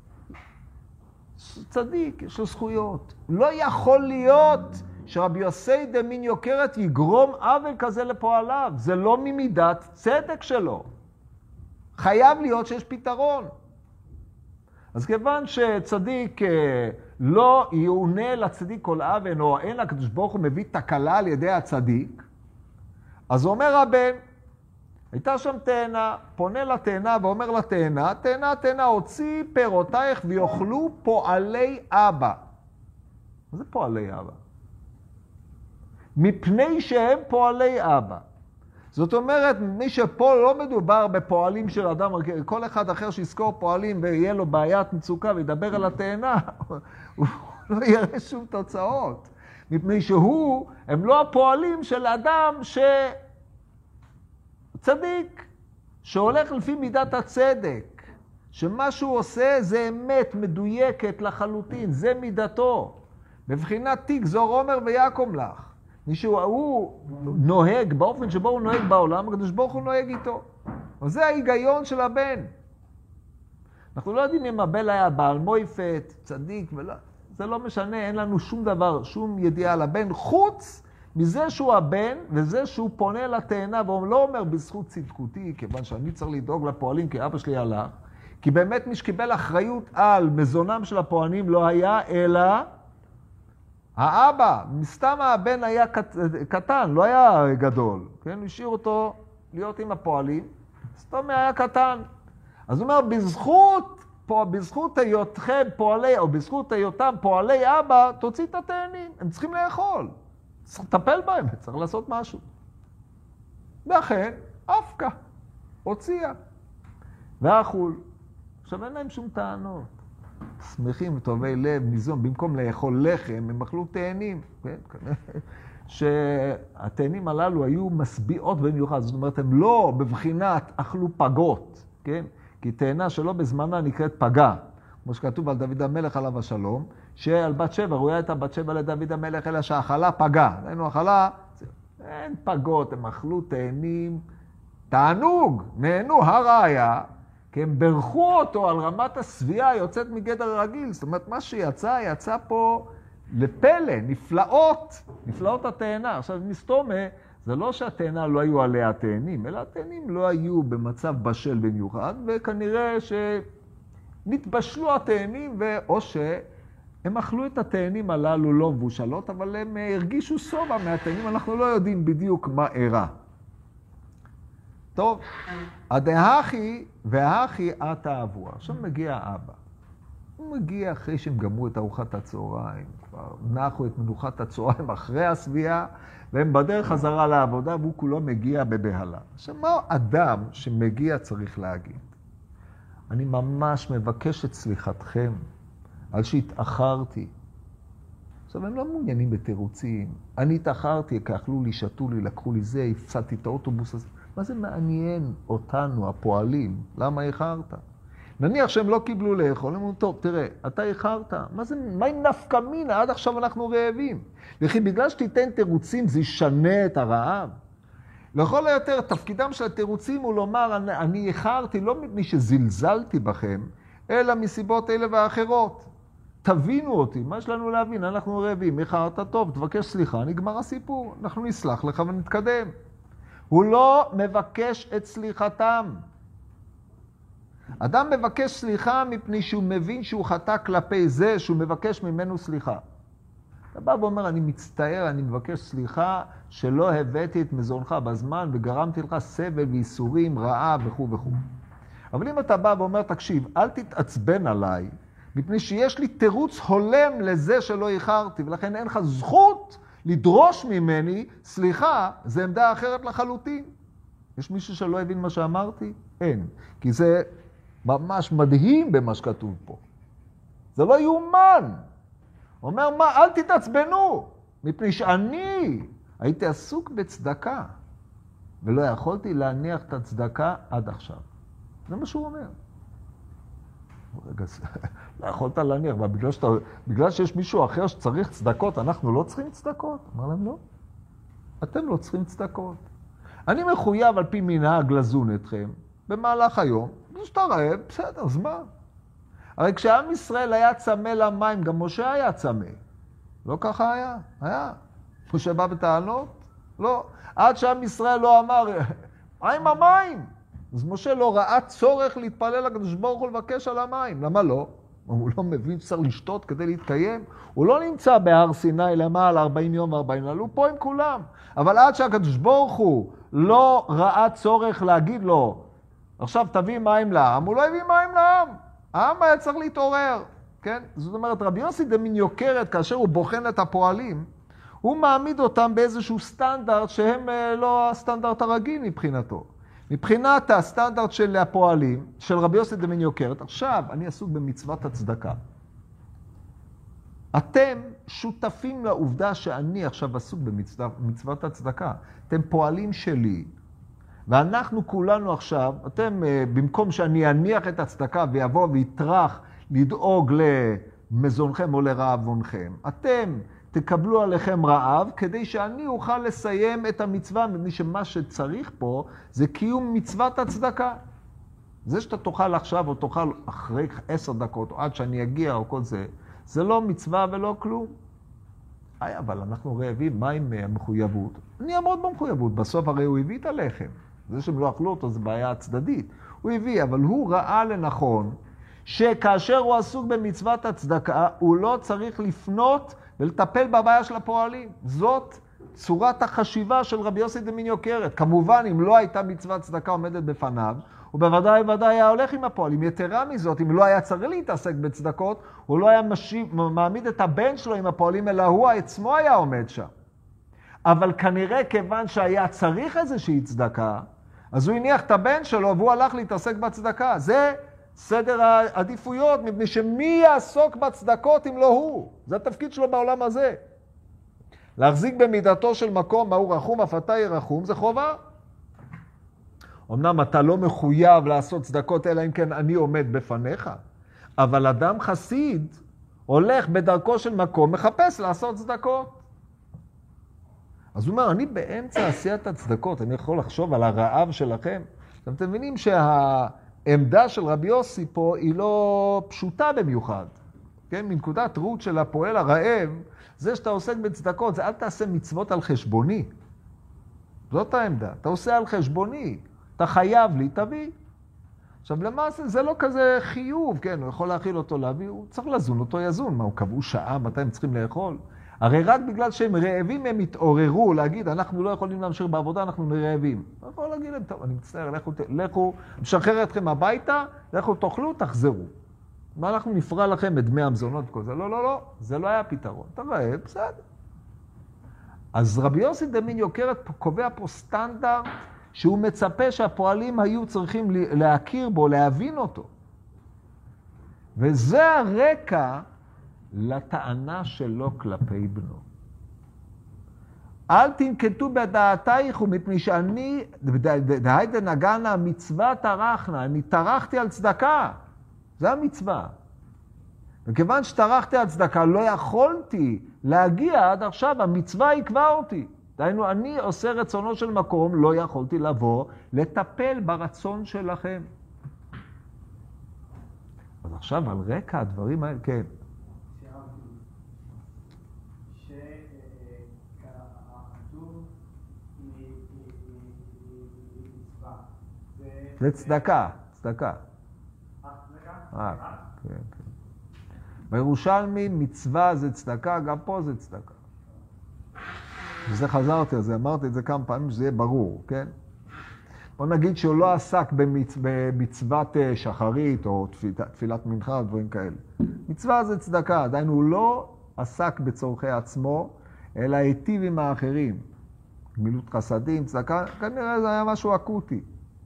A: צדיק, יש לו זכויות. לא יכול להיות שרבי יוסי דמין יוקרת יגרום עוול כזה לפועליו. זה לא ממידת צדק שלו. חייב להיות שיש פתרון. אז כיוון שצדיק לא יעונה לצדיק כל עוון, או אין הקדוש ברוך הוא מביא תקלה על ידי הצדיק, אז אומר הבן, הייתה שם תאנה, פונה לתאנה ואומר לתאנה, תאנה, תאנה, הוציא פירותייך ויאכלו פועלי אבא. מה זה פועלי אבא? מפני שהם פועלי אבא. זאת אומרת, מי שפה לא מדובר בפועלים של אדם, כל אחד אחר שיזכור פועלים ויהיה לו בעיית מצוקה וידבר על התאנה, הוא לא יראה שום תוצאות. מפני שהוא, הם לא הפועלים של אדם ש... צדיק, שהולך לפי מידת הצדק, שמה שהוא עושה זה אמת מדויקת לחלוטין, זה מידתו. בבחינת תיק זור עומר ויקום לך. מישהו הוא נוהג באופן שבו הוא נוהג בעולם, הקדוש ברוך הוא נוהג איתו. וזה ההיגיון של הבן. אנחנו לא יודעים אם הבן היה בעל מויפת, צדיק, ולא, זה לא משנה, אין לנו שום דבר, שום ידיעה על הבן, חוץ מזה שהוא הבן, וזה שהוא פונה לתאנה, והוא לא אומר בזכות צדקותי, כיוון שאני צריך לדאוג לפועלים, כי אבא שלי הלך, כי באמת מי שקיבל אחריות על מזונם של הפועלים לא היה, אלא האבא. מסתם הבן היה קט, קטן, לא היה גדול, כן? הוא השאיר אותו להיות עם הפועלים, סתום היה קטן. אז הוא אומר, בזכות, פה, בזכות היותכם פועלי, או בזכות היותם פועלי אבא, תוציא את התאנים, הם צריכים לאכול. צריך לטפל בהם, צריך לעשות משהו. ואכן, אבקה, הוציאה. ואכול. עכשיו אין להם שום טענות. שמחים וטובי לב, ניזום, במקום לאכול לחם, הם אכלו תאנים. כן? שהתאנים הללו היו משביעות במיוחד. זאת אומרת, הם לא בבחינת אכלו פגות. כן? כי תאנה שלא בזמנה נקראת פגה. כמו שכתוב על דוד המלך עליו השלום, שעל בת שבע, רואה את הבת שבע לדוד המלך, אלא שהאכלה פגה. היינו אכלה, אין פגות, הם אכלו תאנים, תענוג, נהנו הראיה, כי הם ברכו אותו על רמת הסביעה יוצאת מגדר הרגיל. זאת אומרת, מה שיצא, יצא פה לפלא, נפלאות, נפלאות התאנה. עכשיו, מסתומה, זה לא שהתאנה לא היו עליה תאנים, אלא התאנים לא היו במצב בשל במיוחד, וכנראה שנתבשלו התאנים, או שהם אכלו את התאנים הללו לא מבושלות, אבל הם הרגישו סובה מהתאנים, אנחנו לא יודעים בדיוק מה אירע. טוב, הדהכי והכי עתה אבוה. עכשיו מגיע האבא. הוא מגיע אחרי שהם גמרו את ארוחת הצהריים, כבר נחו את מנוחת הצהריים אחרי הסביעה, והם בדרך חזרה לעבודה, והוא כולו מגיע בבהלה. עכשיו, מה אדם שמגיע צריך להגיד? אני ממש מבקש את סליחתכם על שהתאחרתי. עכשיו, הם לא מעוניינים בתירוצים. אני התאחרתי, כי אכלו לי, שתו לי, לקחו לי זה, הפסדתי את האוטובוס הזה. מה זה מעניין אותנו, הפועלים? למה איחרת? נניח שהם לא קיבלו לאכול, הם אומרים, טוב, תראה, אתה איחרת. מה זה, מה נפקא מינה? עד עכשיו אנחנו רעבים. וכי בגלל שתיתן תירוצים, זה ישנה את הרעב. לכל היותר, תפקידם של התירוצים הוא לומר, אני, אני איחרתי לא מפני שזלזלתי בכם, אלא מסיבות אלה ואחרות. תבינו אותי, מה יש לנו להבין? אנחנו רעבים, איחרת טוב, תבקש סליחה, נגמר הסיפור, אנחנו נסלח לך ונתקדם. הוא לא מבקש את סליחתם. אדם מבקש סליחה מפני שהוא מבין שהוא חטא כלפי זה, שהוא מבקש ממנו סליחה. אתה בא ואומר, אני מצטער, אני מבקש סליחה שלא הבאתי את מזונך בזמן וגרמתי לך סבל וייסורים, רעה וכו' וכו'. אבל אם אתה בא ואומר, תקשיב, אל תתעצבן עליי, מפני שיש לי תירוץ הולם לזה שלא איחרתי, ולכן אין לך זכות לדרוש ממני, סליחה, זה עמדה אחרת לחלוטין. יש מישהו שלא הבין מה שאמרתי? אין. כי זה ממש מדהים במה שכתוב פה. זה לא יאומן. אומר, מה? אל תתעצבנו, מפני שאני הייתי עסוק בצדקה, ולא יכולתי להניח את הצדקה עד עכשיו. זה מה שהוא אומר. רגע, לא יכולת להניח, אבל בגלל, שאתה, בגלל שיש מישהו אחר שצריך צדקות, אנחנו לא צריכים צדקות? אמר להם, לא. אתם לא צריכים צדקות. אני מחויב על פי מנהג לזון אתכם במהלך היום, שאתה רעב, בסדר, אז מה? הרי כשעם ישראל היה צמא למים, גם משה היה צמא. לא ככה היה? היה. משה בא בטענות? לא. עד שעם ישראל לא אמר, מה עם המים? אז משה לא ראה צורך להתפלל לקדוש ברוך הוא לבקש על המים. למה לא? הוא לא מבין שצריך לשתות כדי להתקיים. הוא לא נמצא בהר סיני למעלה ארבעים יום וארבעים לילה, הוא פה עם כולם. אבל עד שהקדוש ברוך הוא לא ראה צורך להגיד לו, עכשיו תביא מים לעם, הוא לא הביא מים לעם. העם היה צריך להתעורר. כן? זאת אומרת, רבי יוסי דמין יוקרת, כאשר הוא בוחן את הפועלים, הוא מעמיד אותם באיזשהו סטנדרט שהם לא הסטנדרט הרגיל מבחינתו. מבחינת הסטנדרט של הפועלים, של רבי יוסי דמין יוקרת, עכשיו אני עסוק במצוות הצדקה. אתם שותפים לעובדה שאני עכשיו עסוק במצוות הצדקה. אתם פועלים שלי. ואנחנו כולנו עכשיו, אתם במקום שאני אניח את הצדקה ויבוא ויטרח לדאוג למזונכם או לרעבונכם, אתם תקבלו עליכם רעב כדי שאני אוכל לסיים את המצווה, מפני שמה שצריך פה זה קיום מצוות הצדקה. זה שאתה תאכל עכשיו או תאכל אחרי עשר דקות או עד שאני אגיע או כל זה, זה לא מצווה ולא כלום. אי, אבל אנחנו רעבים, מה עם המחויבות? אני אעמוד במחויבות, בסוף הרי הוא הביא את הלחם. זה שהם לא אכלו אותו זה בעיה צדדית. הוא הביא, אבל הוא ראה לנכון שכאשר הוא עסוק במצוות הצדקה, הוא לא צריך לפנות ולטפל בבעיה של הפועלים. זאת צורת החשיבה של רבי יוסי דמין יוקרת. כמובן, אם לא הייתה מצוות צדקה עומדת בפניו, הוא בוודאי ודאי היה הולך עם הפועלים. יתרה מזאת, אם לא היה צריך להתעסק בצדקות, הוא לא היה משיב, מעמיד את הבן שלו עם הפועלים, אלא הוא עצמו היה עומד שם. אבל כנראה כיוון שהיה צריך איזושהי צדקה, אז הוא הניח את הבן שלו והוא הלך להתעסק בצדקה. זה סדר העדיפויות, מפני שמי יעסוק בצדקות אם לא הוא? זה התפקיד שלו בעולם הזה. להחזיק במידתו של מקום, מהו רחום, אף אתה ירחום, זה חובה. אמנם אתה לא מחויב לעשות צדקות, אלא אם כן אני עומד בפניך. אבל אדם חסיד הולך בדרכו של מקום, מחפש לעשות צדקות. אז הוא אומר, אני באמצע עשיית הצדקות, אני יכול לחשוב על הרעב שלכם. אתם מבינים שהעמדה של רבי יוסי פה היא לא פשוטה במיוחד. כן? מנקודת ראות של הפועל הרעב, זה שאתה עוסק בצדקות, זה אל תעשה מצוות על חשבוני. זאת העמדה. אתה עושה על חשבוני. אתה חייב לי, תביא. עכשיו, למעשה זה לא כזה חיוב, כן? הוא יכול להכיל אותו להביא, הוא צריך לזון אותו יזון. מה, הוא קבעו שעה, מתי הם צריכים לאכול? הרי רק בגלל שהם רעבים הם התעוררו להגיד, אנחנו לא יכולים להמשיך בעבודה, אנחנו רעבים. הוא יכול להגיד להם, טוב, אני מצטער, לכו, לכו, משחרר אתכם הביתה, לכו תאכלו, תחזרו. מה אנחנו נפרע לכם את דמי המזונות וכל זה? לא, לא, לא, זה לא היה פתרון. אתה רעב, בסדר. אז רבי יוסי דמין יוקרת קובע פה סטנדרט, שהוא מצפה שהפועלים היו צריכים להכיר בו, להבין אותו. וזה הרקע לטענה שלו כלפי בנו. אל תנקטו בדעתייך ומפני שאני, דהיידה נגענה, המצווה תרחנה, אני תרחתי על צדקה. זה המצווה. וכיוון שתרחתי על צדקה, לא יכולתי להגיע עד עכשיו, המצווה יקבע אותי. דהיינו, אני עושה רצונו של מקום, לא יכולתי לבוא, לטפל ברצון שלכם. אז עכשיו, על רקע הדברים האלה, כן. זה צדקה, צדקה. אה, כן, כן. בירושלמי מצווה זה צדקה, גם פה זה צדקה. וזה חזרתי על זה, אמרתי את זה כמה פעמים, שזה יהיה ברור, כן? בוא נגיד שהוא לא עסק במצ... במצוות שחרית או תפילת, תפילת מנחה או דברים כאלה. מצווה זה צדקה, עדיין הוא לא עסק בצורכי עצמו, אלא היטיב עם האחרים. גמילות חסדים, צדקה, כנראה זה היה משהו אקוטי.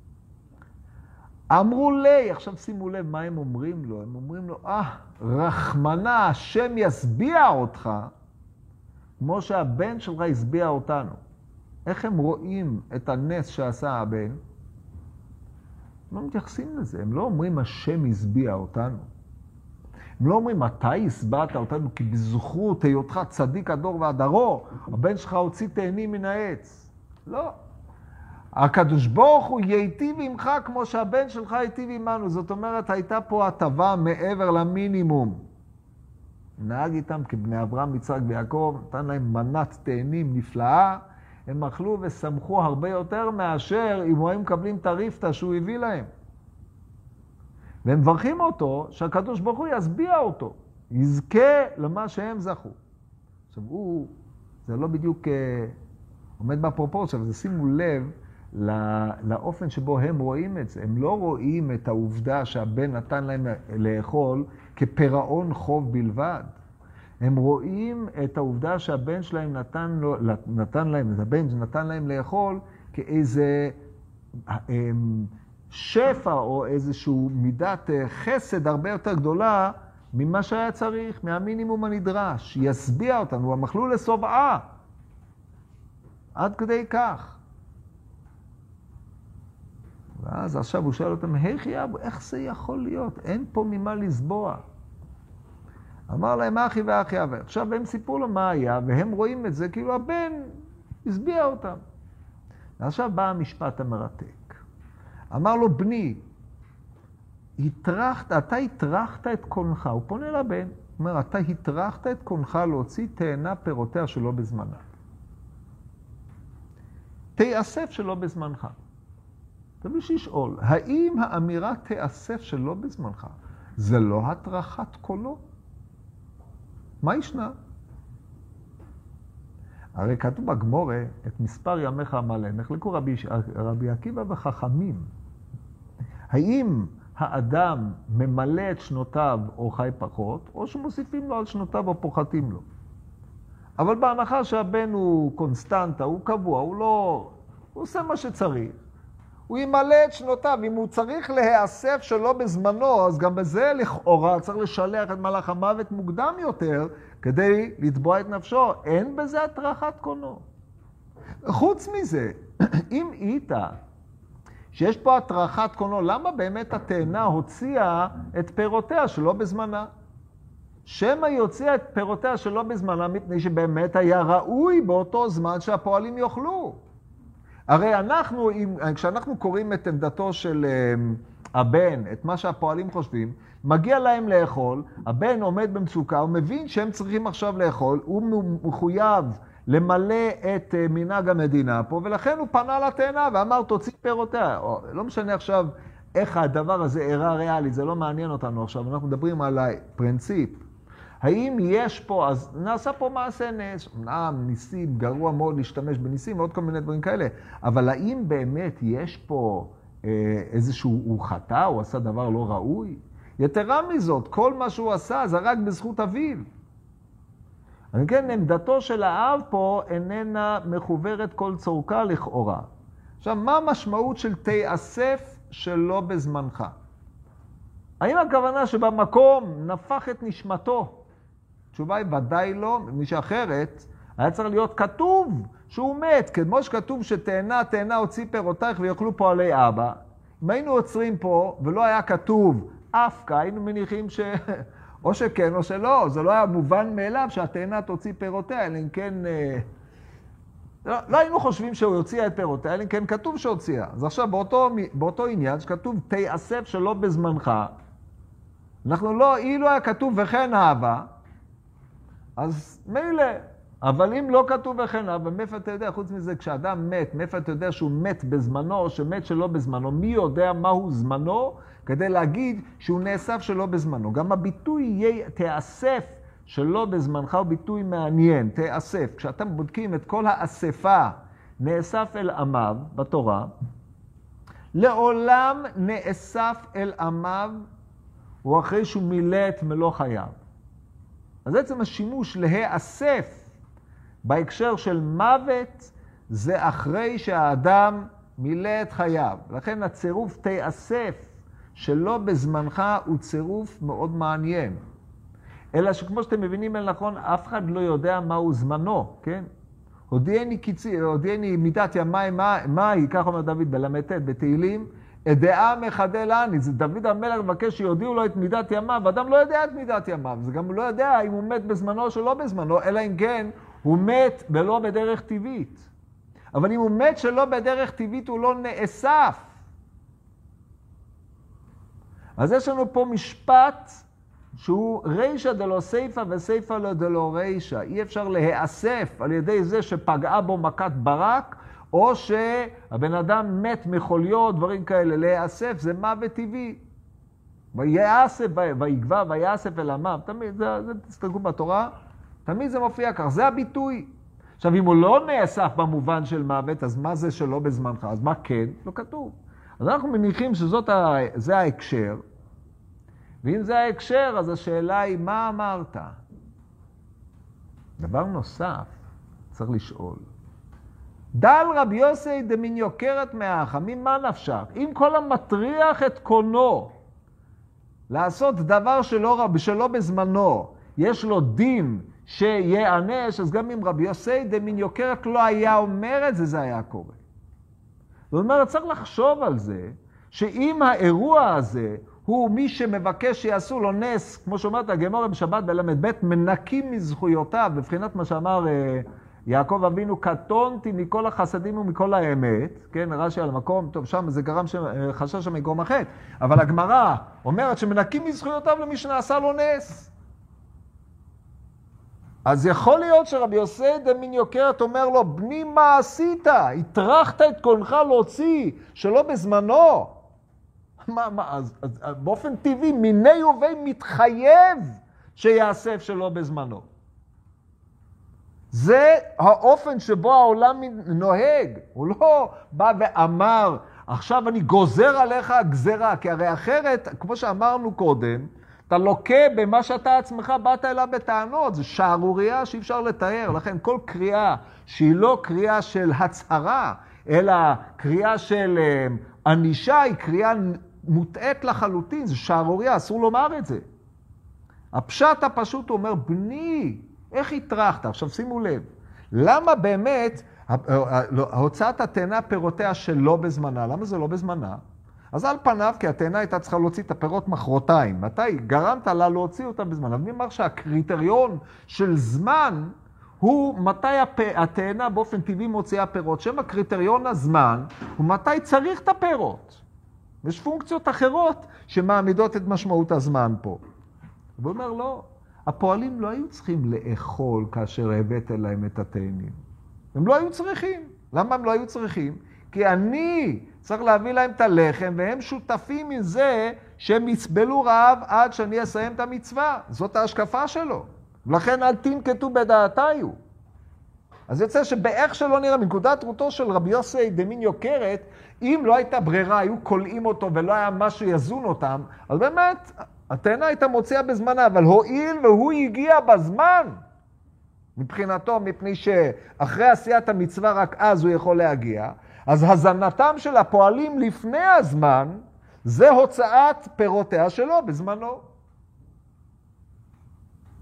A: אמרו לי, עכשיו שימו לב מה הם אומרים לו, הם אומרים לו, אה, רחמנה, השם יסביע אותך, כמו שהבן שלך יסביע אותנו. איך הם רואים את הנס שעשה הבן? הם לא מתייחסים לזה, הם לא אומרים השם יסביע אותנו. הם לא אומרים, מתי הסבעת אותנו? כי בזכות היותך צדיק הדור והדרו, הבן שלך הוציא תאנים מן העץ. לא. הקדוש ברוך הוא ייטיב עמך כמו שהבן שלך ייטיב עמנו. זאת אומרת, הייתה פה הטבה מעבר למינימום. נהג איתם כבני אברהם, יצחק ויעקב, נתן להם מנת תאנים נפלאה, הם אכלו ושמחו הרבה יותר מאשר אם הם מקבלים את הריפתא שהוא הביא להם. והם מברכים אותו שהקדוש ברוך הוא יסביע אותו, יזכה למה שהם זכו. עכשיו הוא, זה לא בדיוק עומד בפרופורציה, אבל שימו לב לאופן שבו הם רואים את זה. הם לא רואים את העובדה שהבן נתן להם לאכול כפירעון חוב בלבד. הם רואים את העובדה שהבן שלהם נתן, לו, נתן להם, את הבן שנתן להם לאכול כאיזה שפע או איזשהו מידת חסד הרבה יותר גדולה ממה שהיה צריך, מהמינימום הנדרש. יסביע אותנו, הם אכלו לשובעה. עד כדי כך. ואז עכשיו הוא שואל אותם, היי חייב, איך זה יכול להיות? אין פה ממה לסבוע. אמר להם, אחי ואחי אבי. עכשיו הם סיפרו לו מה היה, והם רואים את זה, כאילו הבן הסביע אותם. ועכשיו בא המשפט המרתק. אמר לו, בני, התרחת, אתה התרחת את קונך. הוא פונה לבן, הוא אומר, אתה התרחת את קונך להוציא תאנה פירותיה שלא בזמנה. תאסף שלא בזמנך. תביא שישאול, האם האמירה תאסף שלא בזמנך, זה לא הטרחת קולו? מה ישנה? הרי כתוב בגמורה, את מספר ימיך המלא, נחלקו רבי, רבי עקיבא וחכמים. האם האדם ממלא את שנותיו או חי פחות, או שמוסיפים לו על שנותיו או פוחתים לו? אבל בהנחה שהבן הוא קונסטנטה, הוא קבוע, הוא לא... הוא עושה מה שצריך. הוא ימלא את שנותיו. אם הוא צריך להיאסף שלא בזמנו, אז גם בזה לכאורה צריך לשלח את מלאך המוות מוקדם יותר, כדי לתבוע את נפשו. אין בזה הטרחת קונו. חוץ מזה, אם איתה שיש פה הטרחת קונו, למה באמת התאנה הוציאה את פירותיה שלא בזמנה? שמא היא הוציאה את פירותיה שלא בזמנה, מפני שבאמת היה ראוי באותו זמן שהפועלים יאכלו. הרי אנחנו, כשאנחנו קוראים את עמדתו של הבן, את מה שהפועלים חושבים, מגיע להם לאכול, הבן עומד במצוקה, הוא מבין שהם צריכים עכשיו לאכול, הוא מחויב למלא את מנהג המדינה פה, ולכן הוא פנה לתאנה ואמר, תוציא פירותיה. לא משנה עכשיו איך הדבר הזה אירע ריאלי, זה לא מעניין אותנו עכשיו, אנחנו מדברים על הפרינציפ. האם יש פה, אז נעשה פה מעשה נס, נעם, ניסים, גרוע מאוד להשתמש בניסים ועוד כל מיני דברים כאלה, אבל האם באמת יש פה אה, איזשהו, הוא חטא, הוא עשה דבר לא ראוי? יתרה מזאת, כל מה שהוא עשה זה רק בזכות אביו. אני כן, עמדתו של האב פה איננה מחוברת כל צורכה לכאורה. עכשיו, מה המשמעות של תאסף שלא בזמנך? האם הכוונה שבמקום נפח את נשמתו? התשובה היא ודאי לא, מי שאחרת היה צריך להיות כתוב שהוא מת, כמו שכתוב שתאנה, תאנה הוציא פירותייך ויאכלו פועלי אבא. אם היינו עוצרים פה ולא היה כתוב אפקה, היינו מניחים ש... או שכן או שלא, זה לא היה מובן מאליו שהתאנה תוציא פירותיה, אלא אם כן... לא, לא היינו חושבים שהוא יוציא את פירותיה, אלא אם כן כתוב שהוציאה. אז עכשיו באותו, באותו עניין שכתוב תאסף שלא בזמנך, אנחנו לא, אילו היה כתוב וכן אהבה, אז מילא. אבל אם לא כתוב וכן אהבה, מאיפה אתה יודע, חוץ מזה, כשאדם מת, מאיפה אתה יודע שהוא מת בזמנו או שמת שלא בזמנו, מי יודע מהו זמנו כדי להגיד שהוא נאסף שלא בזמנו. גם הביטוי יהיה תאסף שלא בזמנך הוא ביטוי מעניין, תאסף. כשאתם בודקים את כל האספה נאסף אל עמיו בתורה, לעולם נאסף אל עמיו הוא אחרי שהוא מילא את מלוא חייו. אז בעצם השימוש להאסף בהקשר של מוות זה אחרי שהאדם מילא את חייו. לכן הצירוף תאסף שלא בזמנך הוא צירוף מאוד מעניין. אלא שכמו שאתם מבינים אל נכון, אף אחד לא יודע מהו זמנו, כן? הודיעני קיצי, הודיעני מידת ימי, מה היא, כך אומר דוד בל"ט בתהילים, אדעה מחדל אני, זה דוד המלך מבקש שיודיעו לו את מידת ימיו, ואדם לא יודע את מידת ימיו, זה גם לא יודע אם הוא מת בזמנו או שלא בזמנו, אלא אם כן הוא מת ולא בדרך טבעית. אבל אם הוא מת שלא בדרך טבעית הוא לא נאסף. אז יש לנו פה משפט שהוא רישא דלא סיפא וסיפא דלא רישא. אי אפשר להיאסף על ידי זה שפגעה בו מכת ברק, או שהבן אדם מת מחוליות, דברים כאלה. להיאסף זה מוות טבעי. ויאסף, ויגבע, ויאסף אל עמיו. תמיד, זה, זה תסתכלו בתורה, תמיד זה מופיע כך. זה הביטוי. עכשיו, אם הוא לא נאסף במובן של מוות, אז מה זה שלא בזמנך? אז מה כן? לא כתוב. אז אנחנו מניחים שזה ההקשר, ואם זה ההקשר, אז השאלה היא, מה אמרת? דבר נוסף, צריך לשאול. דל רבי יוסי דמין יוקרת מהחכמים, מה נפשך? אם כל המטריח את קונו לעשות דבר שלא, שלא בזמנו, יש לו דין שיענש, אז גם אם רבי יוסי דמין יוקרת לא היה אומר את זה, זה היה קורה. זאת אומרת, צריך לחשוב על זה, שאם האירוע הזה הוא מי שמבקש שיעשו לו נס, כמו שאומרת הגמרא בשבת בל"ב, מנקים מזכויותיו, בבחינת מה שאמר יעקב אבינו, קטונתי מכל החסדים ומכל האמת, כן, רש"י על המקום, טוב, שם זה גרם חשש שם יגרום החטא, אבל הגמרא אומרת שמנקים מזכויותיו למי שנעשה לו נס. אז יכול להיות שרבי יוסי דמין יוקרת אומר לו, בני מה עשית? הטרחת את קונך להוציא שלא בזמנו. מה, מה, אז, אז, באופן טבעי, מיני ובי מתחייב שיאסף שלא בזמנו. זה האופן שבו העולם נוהג. הוא לא בא ואמר, עכשיו אני גוזר עליך גזרה, כי הרי אחרת, כמו שאמרנו קודם, אתה לוקה במה שאתה עצמך באת אליו בטענות, זה שערוריה שאי אפשר לתאר. לכן כל קריאה שהיא לא קריאה של הצהרה, אלא קריאה של ענישה, היא קריאה מוטעת לחלוטין, זה שערוריה, אסור לומר את זה. הפשט הפשוט אומר, בני, איך התרחת? עכשיו שימו לב, למה באמת הוצאת התאנה פירותיה שלא בזמנה? למה זה לא בזמנה? אז על פניו, כי התאנה הייתה צריכה להוציא את הפירות מחרתיים. מתי גרמת לה להוציא אותה בזמן? אבל מי אמר שהקריטריון של זמן הוא מתי התאנה באופן טבעי מוציאה פירות. שם הקריטריון הזמן הוא מתי צריך את הפירות. יש פונקציות אחרות שמעמידות את משמעות הזמן פה. הוא אומר, לא, הפועלים לא היו צריכים לאכול כאשר הבאת להם את התאנים. הם לא היו צריכים. למה הם לא היו צריכים? כי אני צריך להביא להם את הלחם, והם שותפים מזה שהם יסבלו רעב עד שאני אסיים את המצווה. זאת ההשקפה שלו. ולכן אל תנקטו בדעתיו. אז יוצא שבאיך שלא נראה, מנקודת רותו של רבי יוסי דמין יוקרת, אם לא הייתה ברירה, היו קולעים אותו ולא היה משהו יזון אותם, אז באמת, התאנה הייתה מוציאה בזמנה, אבל הועיל והוא הגיע בזמן. מבחינתו, מפני שאחרי עשיית המצווה רק אז הוא יכול להגיע, אז הזנתם של הפועלים לפני הזמן, זה הוצאת פירותיה שלו בזמנו.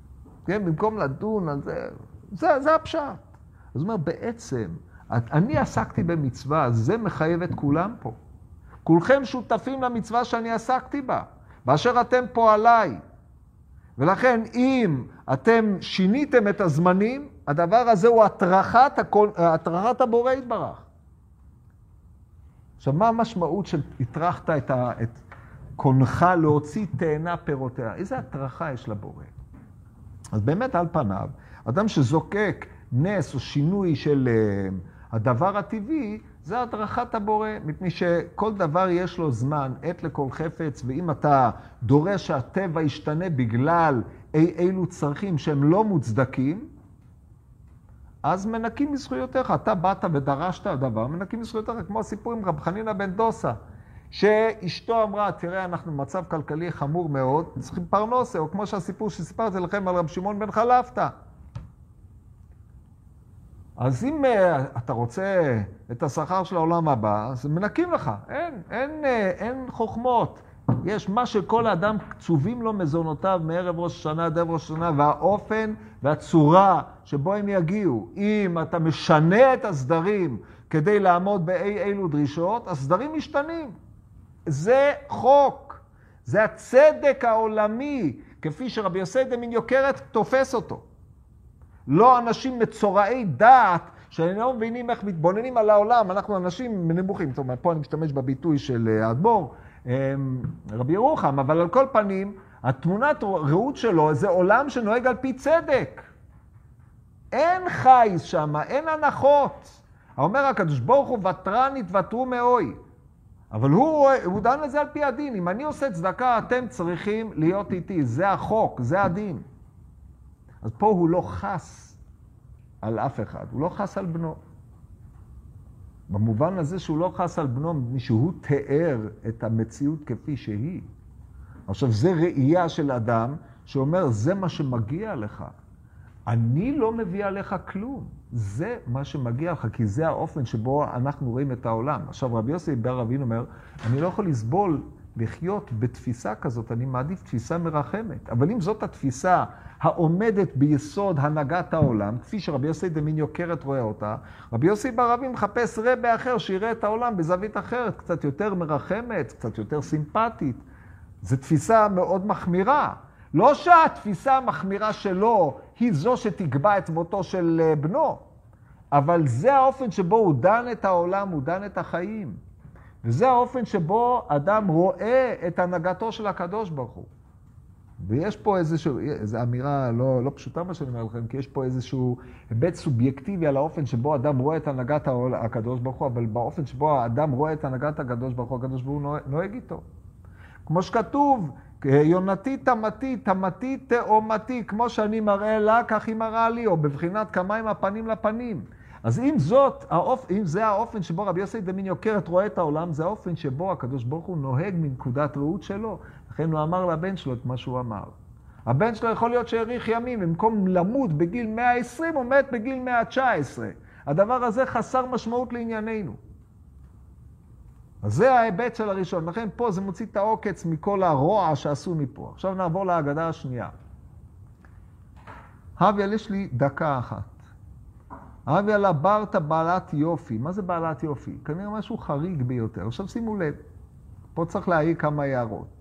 A: כן? במקום לדון על זה, זה, זה הפשט. אז הוא אומר, בעצם, אני עסקתי במצווה, זה מחייב את כולם פה. כולכם שותפים למצווה שאני עסקתי בה, באשר אתם פועליי. ולכן, אם אתם שיניתם את הזמנים, הדבר הזה הוא התרחת, התרחת הבורא יתברך. עכשיו, מה המשמעות של התרחת את, ה, את קונך להוציא תאנה פירותיה? איזה התרחה יש לבורא? אז באמת על פניו, אדם שזוקק נס או שינוי של uh, הדבר הטבעי, זה התרחת הבורא, מפני שכל דבר יש לו זמן, עת לכל חפץ, ואם אתה דורש שהטבע ישתנה בגלל אי אילו צרכים שהם לא מוצדקים, אז מנקים מזכויותיך. אתה באת ודרשת הדבר, מנקים מזכויותיך, כמו הסיפור עם רב חנינא בן דוסה, שאשתו אמרה, תראה, אנחנו במצב כלכלי חמור מאוד, צריכים פרנסה, או כמו שהסיפור שסיפרתי לכם על רב שמעון בן חלפתא. אז אם uh, אתה רוצה את השכר של העולם הבא, אז מנקים לך. אין, אין, uh, אין חוכמות. יש מה שכל האדם קצובים לו מזונותיו מערב ראש השנה עד ערב ראש השנה, והאופן והצורה שבו הם יגיעו. אם אתה משנה את הסדרים כדי לעמוד באי אילו דרישות, הסדרים משתנים. זה חוק. זה הצדק העולמי, כפי שרבי יוסי דמן יוקרת תופס אותו. לא אנשים מצוראי דעת, שאינם מבינים איך מתבוננים על העולם, אנחנו אנשים נמוכים. זאת אומרת, פה אני משתמש בביטוי של האדמו"ר, רבי ירוחם, אבל על כל פנים, התמונת ראות שלו זה עולם שנוהג על פי צדק. אין חייס שם, אין הנחות. אומר הקדוש ברוך הוא, ותרן התוותרו מאוי. אבל הוא, הוא דן לזה על פי הדין. אם אני עושה צדקה, אתם צריכים להיות איתי. זה החוק, זה הדין. אז פה הוא לא חס על אף אחד, הוא לא חס על בנו. במובן הזה שהוא לא חס על בנו, משהוא תיאר את המציאות כפי שהיא. עכשיו, זה ראייה של אדם שאומר, זה מה שמגיע לך. אני לא מביא עליך כלום. זה מה שמגיע לך, כי זה האופן שבו אנחנו רואים את העולם. עכשיו, רבי יוסי בר אבין אומר, אני לא יכול לסבול לחיות בתפיסה כזאת, אני מעדיף תפיסה מרחמת. אבל אם זאת התפיסה העומדת ביסוד הנהגת העולם, כפי שרבי יוסי דמן יוקרת רואה אותה, רבי יוסי בר אבין מחפש רבי אחר שיראה את העולם בזווית אחרת, קצת יותר מרחמת, קצת יותר סימפטית. זו תפיסה מאוד מחמירה. לא שהתפיסה המחמירה שלו היא זו שתקבע את מותו של בנו, אבל זה האופן שבו הוא דן את העולם, הוא דן את החיים. וזה האופן שבו אדם רואה את הנהגתו של הקדוש ברוך הוא. ויש פה איזשהו, איזו אמירה לא, לא פשוטה מה שאני אומר לכם, כי יש פה איזשהו היבט סובייקטיבי על האופן שבו אדם רואה את הנהגת הקדוש ברוך הוא, אבל באופן שבו האדם רואה את הנהגת הקדוש ברוך הוא, הקדוש ברוך הוא נוהג איתו. כמו שכתוב, יונתי תמתי, תמתי תאומתי, כמו שאני מראה לה, כך היא מראה לי, או בבחינת כמיים הפנים לפנים. אז אם זאת, אם זה האופן שבו רבי יוסי דמן יוקרת רואה את העולם, זה האופן שבו הקדוש ברוך הוא נוהג מנקודת ראות שלו. לכן הוא אמר לבן שלו את מה שהוא אמר. הבן שלו יכול להיות שהאריך ימים, במקום למות בגיל מאה ועשרים, הוא מת בגיל מאה תשע עשרה. הדבר הזה חסר משמעות לענייננו. אז זה ההיבט של הראשון. לכן פה זה מוציא את העוקץ מכל הרוע שעשו מפה. עכשיו נעבור להגדה השנייה. הוויאל, יש לי דקה אחת. הוויאל הברת בעלת יופי. מה זה בעלת יופי? כנראה משהו חריג ביותר. עכשיו שימו לב. פה צריך להעיר כמה הערות.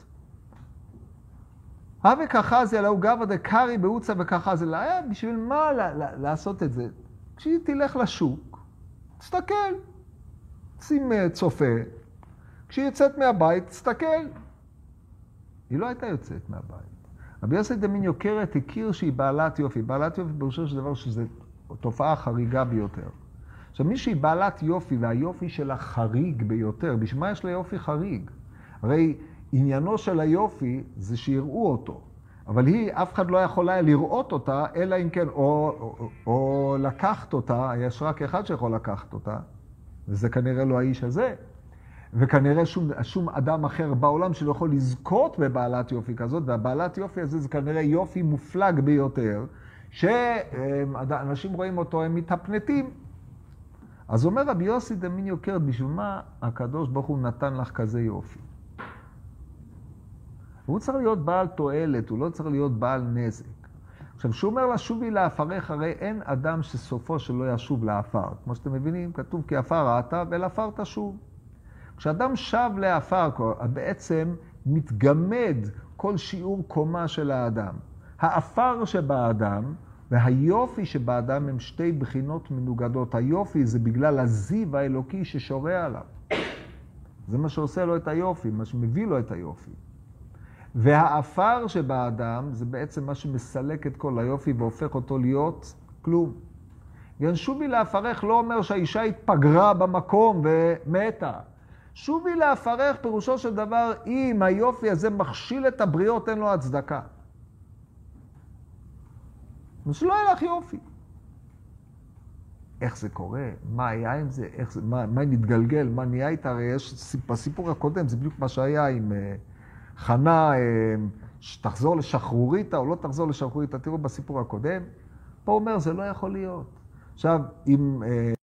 A: הווה כחזי עליו גבא דקרי בהוצא וכחזי. בשביל מה לעשות את זה? כשהיא תלך לשוק, תסתכל. שים צופה. כשהיא יוצאת מהבית, תסתכל. היא לא הייתה יוצאת מהבית. רבי יוסי דמן יוקרת הכיר שהיא בעלת יופי. בעלת יופי ברור של דבר שזו תופעה חריגה ביותר. עכשיו, מי שהיא בעלת יופי, והיופי שלה חריג ביותר, בשביל מה יש לה יופי חריג? הרי עניינו של היופי זה שיראו אותו. אבל היא, אף אחד לא יכולה לראות אותה, אלא אם כן, או, או, או לקחת אותה, יש רק אחד שיכול לקחת אותה, וזה כנראה לא האיש הזה. וכנראה שום, שום אדם אחר בעולם שלא יכול לזכות בבעלת יופי כזאת, והבעלת יופי הזה זה כנראה יופי מופלג ביותר, שאנשים רואים אותו, הם מתהפנטים. אז אומר רבי יוסי דמן יוקרת, בשביל מה הקדוש ברוך הוא נתן לך כזה יופי? הוא צריך להיות בעל תועלת, הוא לא צריך להיות בעל נזק. עכשיו, שהוא אומר לה, שובי לעפרך, הרי אין אדם שסופו שלא ישוב לעפר. כמו שאתם מבינים, כתוב כי עפר ראית ולעפר תשוב. כשאדם שב לעפר, בעצם מתגמד כל שיעור קומה של האדם. העפר שבאדם והיופי שבאדם הם שתי בחינות מנוגדות. היופי זה בגלל הזיו האלוקי ששורה עליו. זה מה שעושה לו את היופי, מה שמביא לו את היופי. והעפר שבאדם זה בעצם מה שמסלק את כל היופי והופך אותו להיות כלום. שובי לעפרך לא אומר שהאישה התפגרה במקום ומתה. שובי לעפרך פירושו של דבר, אם היופי הזה מכשיל את הבריאות, אין לו הצדקה. שלא יהיה לך יופי. איך זה קורה? מה היה עם זה? איך זה, מה, מה נתגלגל? מה נהיה איתה? הרי יש, בסיפור הקודם, זה בדיוק מה שהיה עם uh, חנה, uh, שתחזור לשחרוריתה או לא תחזור לשחרוריתה. תראו בסיפור הקודם, פה אומר, זה לא יכול להיות. עכשיו, אם... Uh,